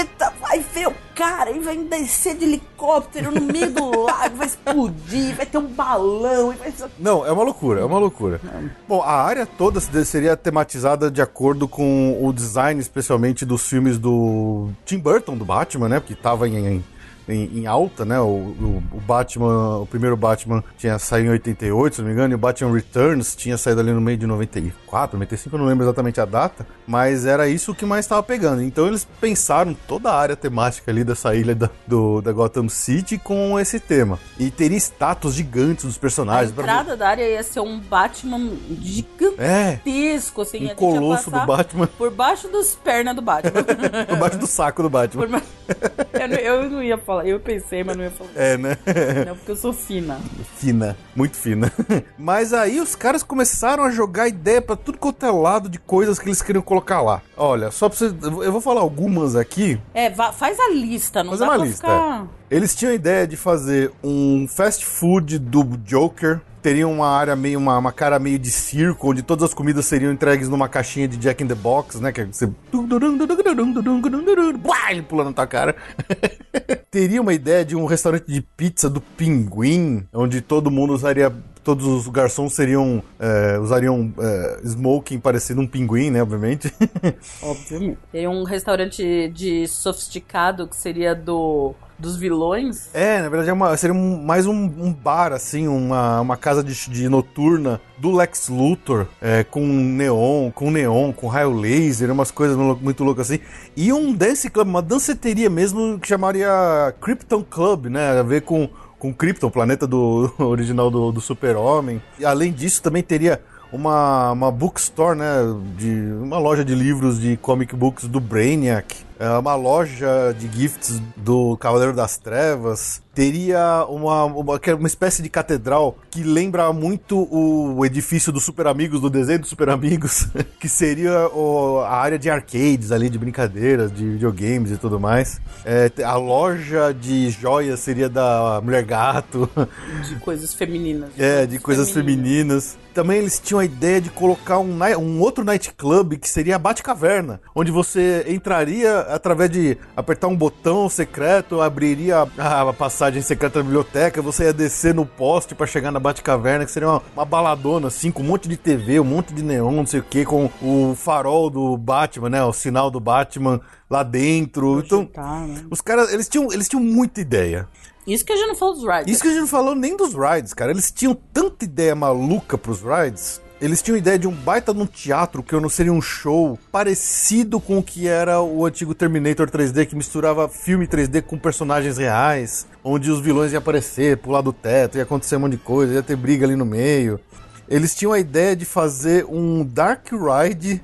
vai ver o cara e vai descer de helicóptero no meio do lago, vai explodir, vai ter um balão e vai... Não, é uma loucura, é uma loucura. Bom, a área toda seria tematizada de acordo com o design, especialmente dos filmes do Tim Burton, do Batman, né? Porque tava em... em... Em, em alta, né? O, o, o Batman, o primeiro Batman tinha saído em oitenta e oito, se não me engano, e o Batman Returns tinha saído ali no meio de noventa e quatro, noventa e cinco, eu não lembro exatamente a data, mas era isso que mais estava pegando. Então eles pensaram toda a área temática ali dessa ilha da, do, da Gotham City com esse tema. E teria estátuas gigantes dos personagens. A entrada pra... da área ia ser um Batman gigantesco, é, assim. Um colosso do Batman. Por baixo das pernas do Batman. Por baixo do saco do Batman. Por... Eu, não, eu não ia falar. Eu pensei, mas não ia falar. É, né? Não, porque eu sou fina. Fina, muito fina. Mas aí os caras começaram a jogar ideia pra tudo quanto é lado de coisas que eles queriam colocar lá. Olha, só pra vocês... Eu vou falar algumas aqui. É, va- faz a lista, não faz dá uma pra lista, ficar... É. Eles tinham a ideia de fazer um fast food do Joker. Teria uma área meio, uma, uma cara meio de circo, onde todas as comidas seriam entregues numa caixinha de Jack in the Box, né? Que é você... Ele pula na tua cara. Teria uma ideia de um restaurante de pizza do Pinguim, onde todo mundo usaria... Todos os garçons seriam... É, usariam é, smoking parecido um pinguim, né? Obviamente. Obviamente. Teria um restaurante de sofisticado que seria do... dos vilões? É, na verdade é uma, seria um, mais um, um bar, assim, uma, uma casa de, de noturna do Lex Luthor, é, com neon, com neon, com raio laser, umas coisas muito loucas assim. E um dance club, uma danceteria mesmo, que chamaria Krypton Club, né? A ver com, com Krypton, o planeta do original do, do Super-Homem. E além disso, também teria uma, uma bookstore, né? De, uma loja de livros de comic books do Brainiac. Uma loja de gifts do Cavaleiro das Trevas. Teria uma, uma, uma espécie de catedral que lembra muito o edifício dos Super Amigos, do desenho dos Super Amigos, que seria o, a área de arcades ali, de brincadeiras, de videogames e tudo mais. É, a loja de joias seria da Mulher Gato. De coisas femininas. De é, de coisas femininas. femininas. Também eles tinham a ideia de colocar um, um outro nightclub, que seria a Batcaverna, onde você entraria através de apertar um botão secreto, abriria a, a passagem secreta da biblioteca, você ia descer no poste pra chegar na Batcaverna, que seria uma, uma baladona, assim, com um monte de T V, um monte de neon, não sei o que, com o farol do Batman, né, o sinal do Batman lá dentro. Então, tá, né? Os caras, eles tinham, eles tinham muita ideia. Isso que a gente não falou dos rides. Isso que a gente não falou nem dos rides, cara. Eles tinham tanta ideia maluca pros rides. Eles tinham ideia de um baita num teatro, que não seria um show parecido com o que era o antigo Terminator três D, que misturava filme três D com personagens reais, onde os vilões iam aparecer, pular do teto, ia acontecer um monte de coisa, ia ter briga ali no meio. Eles tinham a ideia de fazer um Dark Ride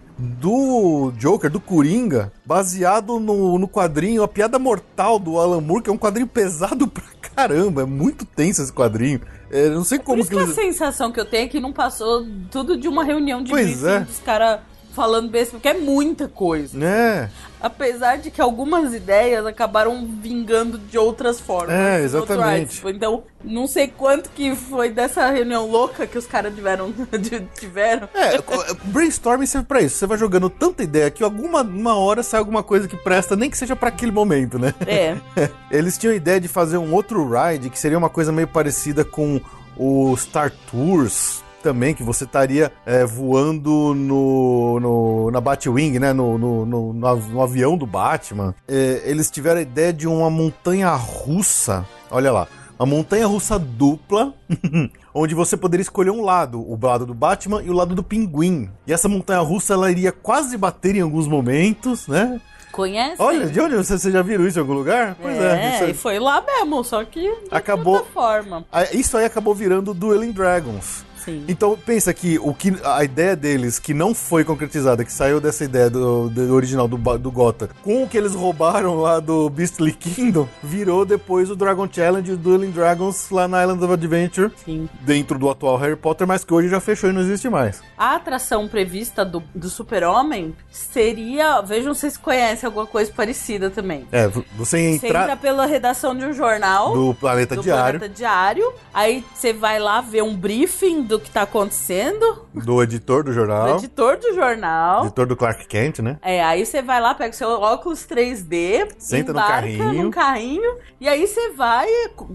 do Joker, do Coringa, baseado no, no quadrinho A Piada Mortal do Alan Moore, que é um quadrinho pesado pra caramba, é muito tenso esse quadrinho. Eu não sei é como por isso que, que eles... a sensação que eu tenho é que não passou tudo de uma reunião de pois briefing é. dos caras falando besta, porque é muita coisa. É. Apesar de que algumas ideias acabaram vingando de outras formas. É, exatamente. Então, não sei quanto que foi dessa reunião louca que os caras tiveram. tiveram. É, brainstorming serve pra isso. Você vai jogando tanta ideia que alguma uma hora sai alguma coisa que presta, nem que seja pra aquele momento, né? É. Eles tinham a ideia de fazer um outro ride, que seria uma coisa meio parecida com o Star Tours também, que você estaria é, voando no, no, na Batwing, né, no, no, no, no avião do Batman. É, eles tiveram a ideia de uma montanha-russa, olha lá, uma montanha-russa dupla, onde você poderia escolher um lado, o lado do Batman e o lado do Pinguim. E essa montanha-russa, ela iria quase bater em alguns momentos, né? Conhece? Olha, de onde você, você já viram isso em algum lugar? Pois é. É, é e foi lá mesmo, só que de acabou, outra forma. Isso aí acabou virando Dueling Dragons. Sim. Então, pensa que, o que a ideia deles, que não foi concretizada, que saiu dessa ideia do, do original do, do Gotha, com o que eles roubaram lá do Beastly Kingdom, virou depois o Dragon Challenge e o Dueling Dragons lá na Island of Adventure, Sim. dentro do atual Harry Potter, mas que hoje já fechou e não existe mais. A atração prevista do, do Super-Homem seria... Vejam se vocês conhecem alguma coisa parecida também. É, você entra... Você entra pela redação de um jornal... Do Planeta do Diário. Planeta Diário. Aí você vai lá ver um briefing do do que tá acontecendo, Do editor do do jornal. editor do jornal. Editor do Clark Kent, né? É, aí você vai lá, pega o seu óculos três D, Senta no embarca carrinho. num carrinho, e aí você vai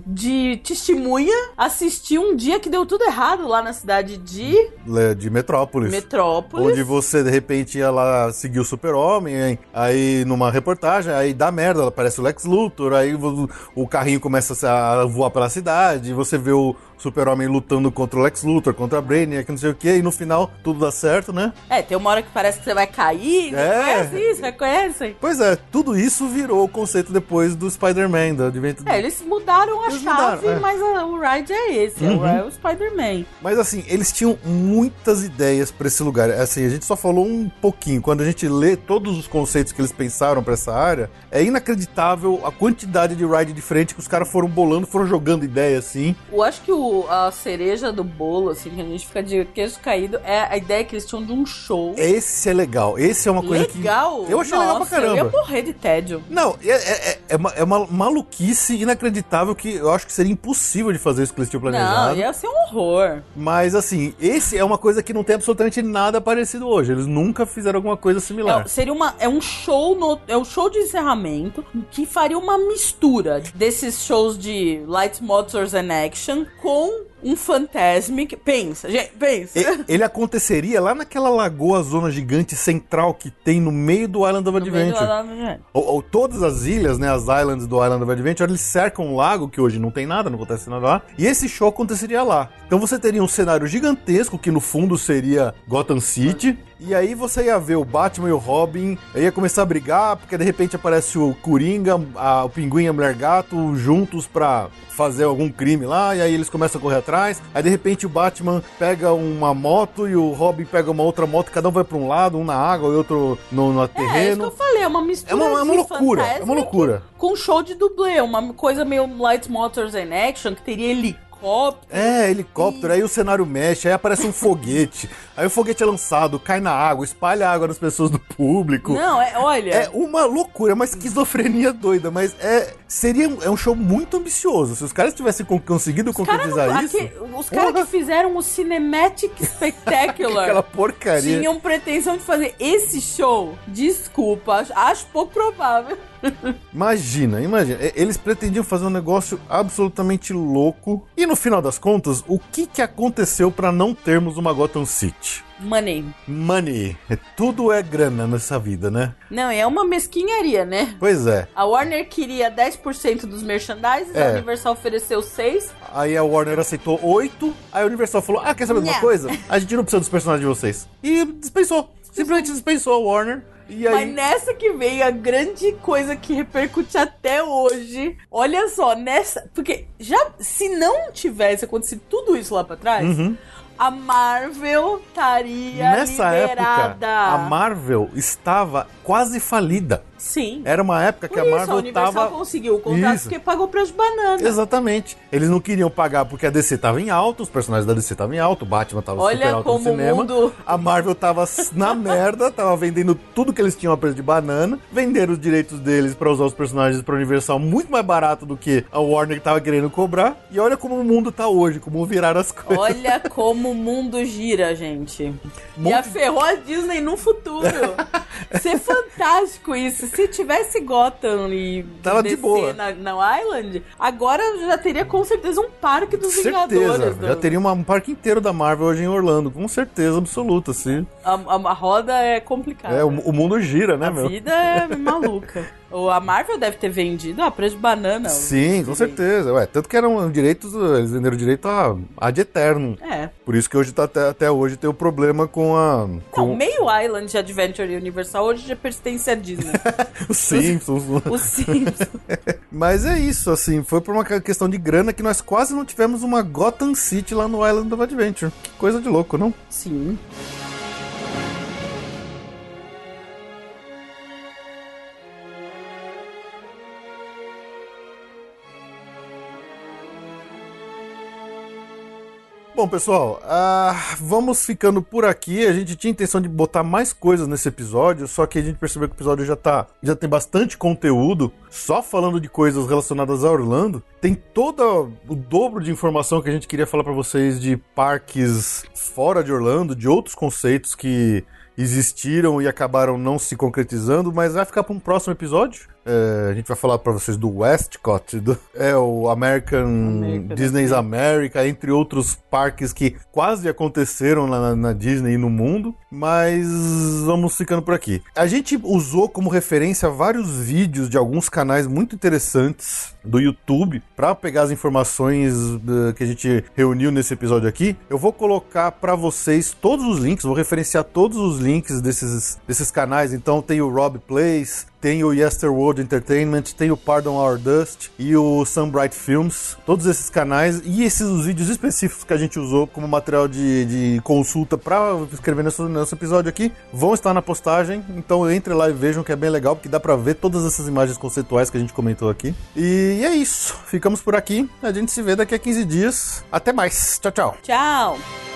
de testemunha assistir um dia que deu tudo errado lá na cidade de Le- De Metrópolis. Metrópolis. Onde você, de repente, ia lá seguir o Super-Homem, hein? Aí numa reportagem, aí dá merda, aparece o Lex Luthor, aí o, o carrinho começa a voar pela cidade, você vê o Super-Homem lutando contra o Lex Luthor, contra a Brainiac, não sei o que, e no final tudo dá certo, né? É, tem uma hora que parece que você vai cair. É. Reconhece isso, reconhece? Pois é, tudo isso virou o conceito depois do Spider-Man, do advento É, eles mudaram a Eles chave, mudaram, é. mas a- o ride é esse, Uhum. é o, é o Spider-Man. Mas assim, eles tinham muitas ideias pra esse lugar. Assim, a gente só falou um pouquinho. Quando a gente lê todos os conceitos que eles pensaram pra essa área, é inacreditável a quantidade de ride diferente que os caras foram bolando, foram jogando ideia assim. Eu acho que o, a cereja do bolo, assim, que a gente fica de queijo caído, é a ideia que eles tinham de um show. Esse é legal. Esse é uma coisa Legal? que eu achei Nossa, legal pra caramba. Eu ia morrer de tédio. Não, é, é, é, uma, é uma maluquice inacreditável que eu acho que seria impossível de fazer isso que eles tinham planejado. Não, ia ser um horror. Mas assim, esse é uma coisa que não tem absolutamente nada parecido hoje. Eles nunca fizeram alguma coisa similar. É, seria uma, é um show no, é um show de encerramento que faria uma mistura desses shows de Light Motors and Action com um Fantasmic. Pensa, gente, pensa. E- Ele aconteceria lá naquela lagoa zona gigante central que tem no meio do Island of No meio do Adventure. Island- Ou, ou todas as ilhas, né, as islands do Island of Adventure, eles cercam um lago que hoje não tem nada, não acontece nada lá. E esse show aconteceria lá. Então você teria um cenário gigantesco que no fundo seria Gotham City. E aí você ia ver o Batman e o Robin, aí ia começar a brigar, porque de repente aparece o Coringa, a- o Pinguim e a Mulher Gato juntos pra fazer algum crime lá, e aí eles começam a correr atrás. Aí de repente o Batman pega uma moto e o Robin pega uma outra moto, cada um vai pra um lado, um na água e outro no, no É, é isso que terreno. eu falei, é uma mistura É uma, é uma de loucura, é uma Fantasmic loucura. com show de dublê, uma coisa meio Light Motors and Action, que teria helicóptero. É, helicóptero, aí o cenário mexe, aí aparece um foguete, aí o foguete é lançado, cai na água, espalha água nas pessoas do público. Não, é, olha... É uma loucura, é uma esquizofrenia doida, mas é, seria um- é um show muito ambicioso. Se os caras tivessem con- conseguido Os caras concretizar não- isso, aqui- os caras que fizeram o Cinematic Spectacular aquela porcaria. tinham pretensão de fazer esse show. Desculpa, acho, acho pouco provável. Imagina, imagina. E- Eles pretendiam fazer um negócio absolutamente louco. E no final das contas, o que, que aconteceu pra não termos uma Gotham City? Money. Money. É- Tudo é grana nessa vida, né? Não, é uma mesquinharia, né? Pois é. A Warner queria dez por cento dos merchandises, É. a Universal ofereceu seis por cento. Aí a Warner aceitou oito. Aí a Universal falou: Ah, quer saber de uma Não. coisa? A gente não precisa dos personagens de vocês. E dispensou. Simplesmente dispensou a Warner. E aí. Mas nessa que veio a grande coisa que repercute até hoje. Olha só, nessa. Porque já se não tivesse acontecido tudo isso lá pra trás, Uhum. a Marvel estaria Nessa liberada. época, a Marvel estava quase falida. Sim. Era uma época que Por a isso, Marvel a Universal tava. conseguiu o contrato Isso. porque pagou preço de banana. Exatamente. Eles não queriam pagar porque a D C tava em alta, os personagens da D C estavam em alta, o Batman tava Olha super alto como no cinema. o mundo- A Marvel tava na merda, tava vendendo tudo que eles tinham a preço de banana, venderam os direitos deles pra usar os personagens pra Universal muito mais barato do que a Warner tava querendo cobrar. E olha como o mundo tá hoje, como viraram as coisas. Olha como o mundo gira, gente. Monte- E aferrou a Disney no futuro. Isso é fantástico isso. Se tivesse Gotham e Tava de D C boa. Na, na Island, agora já teria com certeza um parque dos Certeza, Vingadores. já teria uma- um parque inteiro da Marvel hoje em Orlando, com certeza absoluta, sim. A, a, a roda é complicada. É, o, o mundo gira, né, a meu? vida é maluca. Ou a Marvel deve ter vendido a preço de banana. Sim, com certeza. Ué, tanto que eram direitos, eles venderam direito a ad eterno. É. Por isso que hoje tá até, até hoje tem o problema com a. Com Não, meio Island de Adventure Universal hoje já pertence à Disney. os Simpsons. Os Simpsons. Mas é isso, assim, foi por uma questão de grana que nós quase não tivemos uma Gotham City lá no Island of Adventure. Que coisa de louco, não? Sim. Bom, Bom, pessoal, uh, vamos ficando por aqui. A gente tinha intenção de botar mais coisas nesse episódio, só que a gente percebeu que o episódio já, tá, já tem bastante conteúdo, só falando de coisas relacionadas a Orlando. Tem todo o dobro de informação que a gente queria falar pra vocês de parques fora de Orlando, de outros conceitos que existiram e acabaram não se concretizando, mas vai ficar para um próximo episódio. É, a gente vai falar para vocês do Westcott, do, é o American, American Disney's America, entre outros parques que quase aconteceram na, na Disney e no mundo, mas vamos ficando por aqui. A gente usou como referência vários vídeos de alguns canais muito interessantes do YouTube para pegar as informações uh, que a gente reuniu nesse episódio aqui. Eu vou colocar para vocês todos os links, vou referenciar todos os links desses, desses canais. Então tem o Rob Plays, tem o Yesterworld Entertainment, tem o Pardon Our Dust e o Sunbright Films, todos esses canais e esses os vídeos específicos que a gente usou como material de, de consulta para escrever nesse, nesse episódio aqui, vão estar na postagem, então entre lá e vejam que é bem legal, porque dá para ver todas essas imagens conceituais que a gente comentou aqui. E é isso, ficamos por aqui, a gente se vê daqui a quinze dias, até mais, tchau, tchau. Tchau.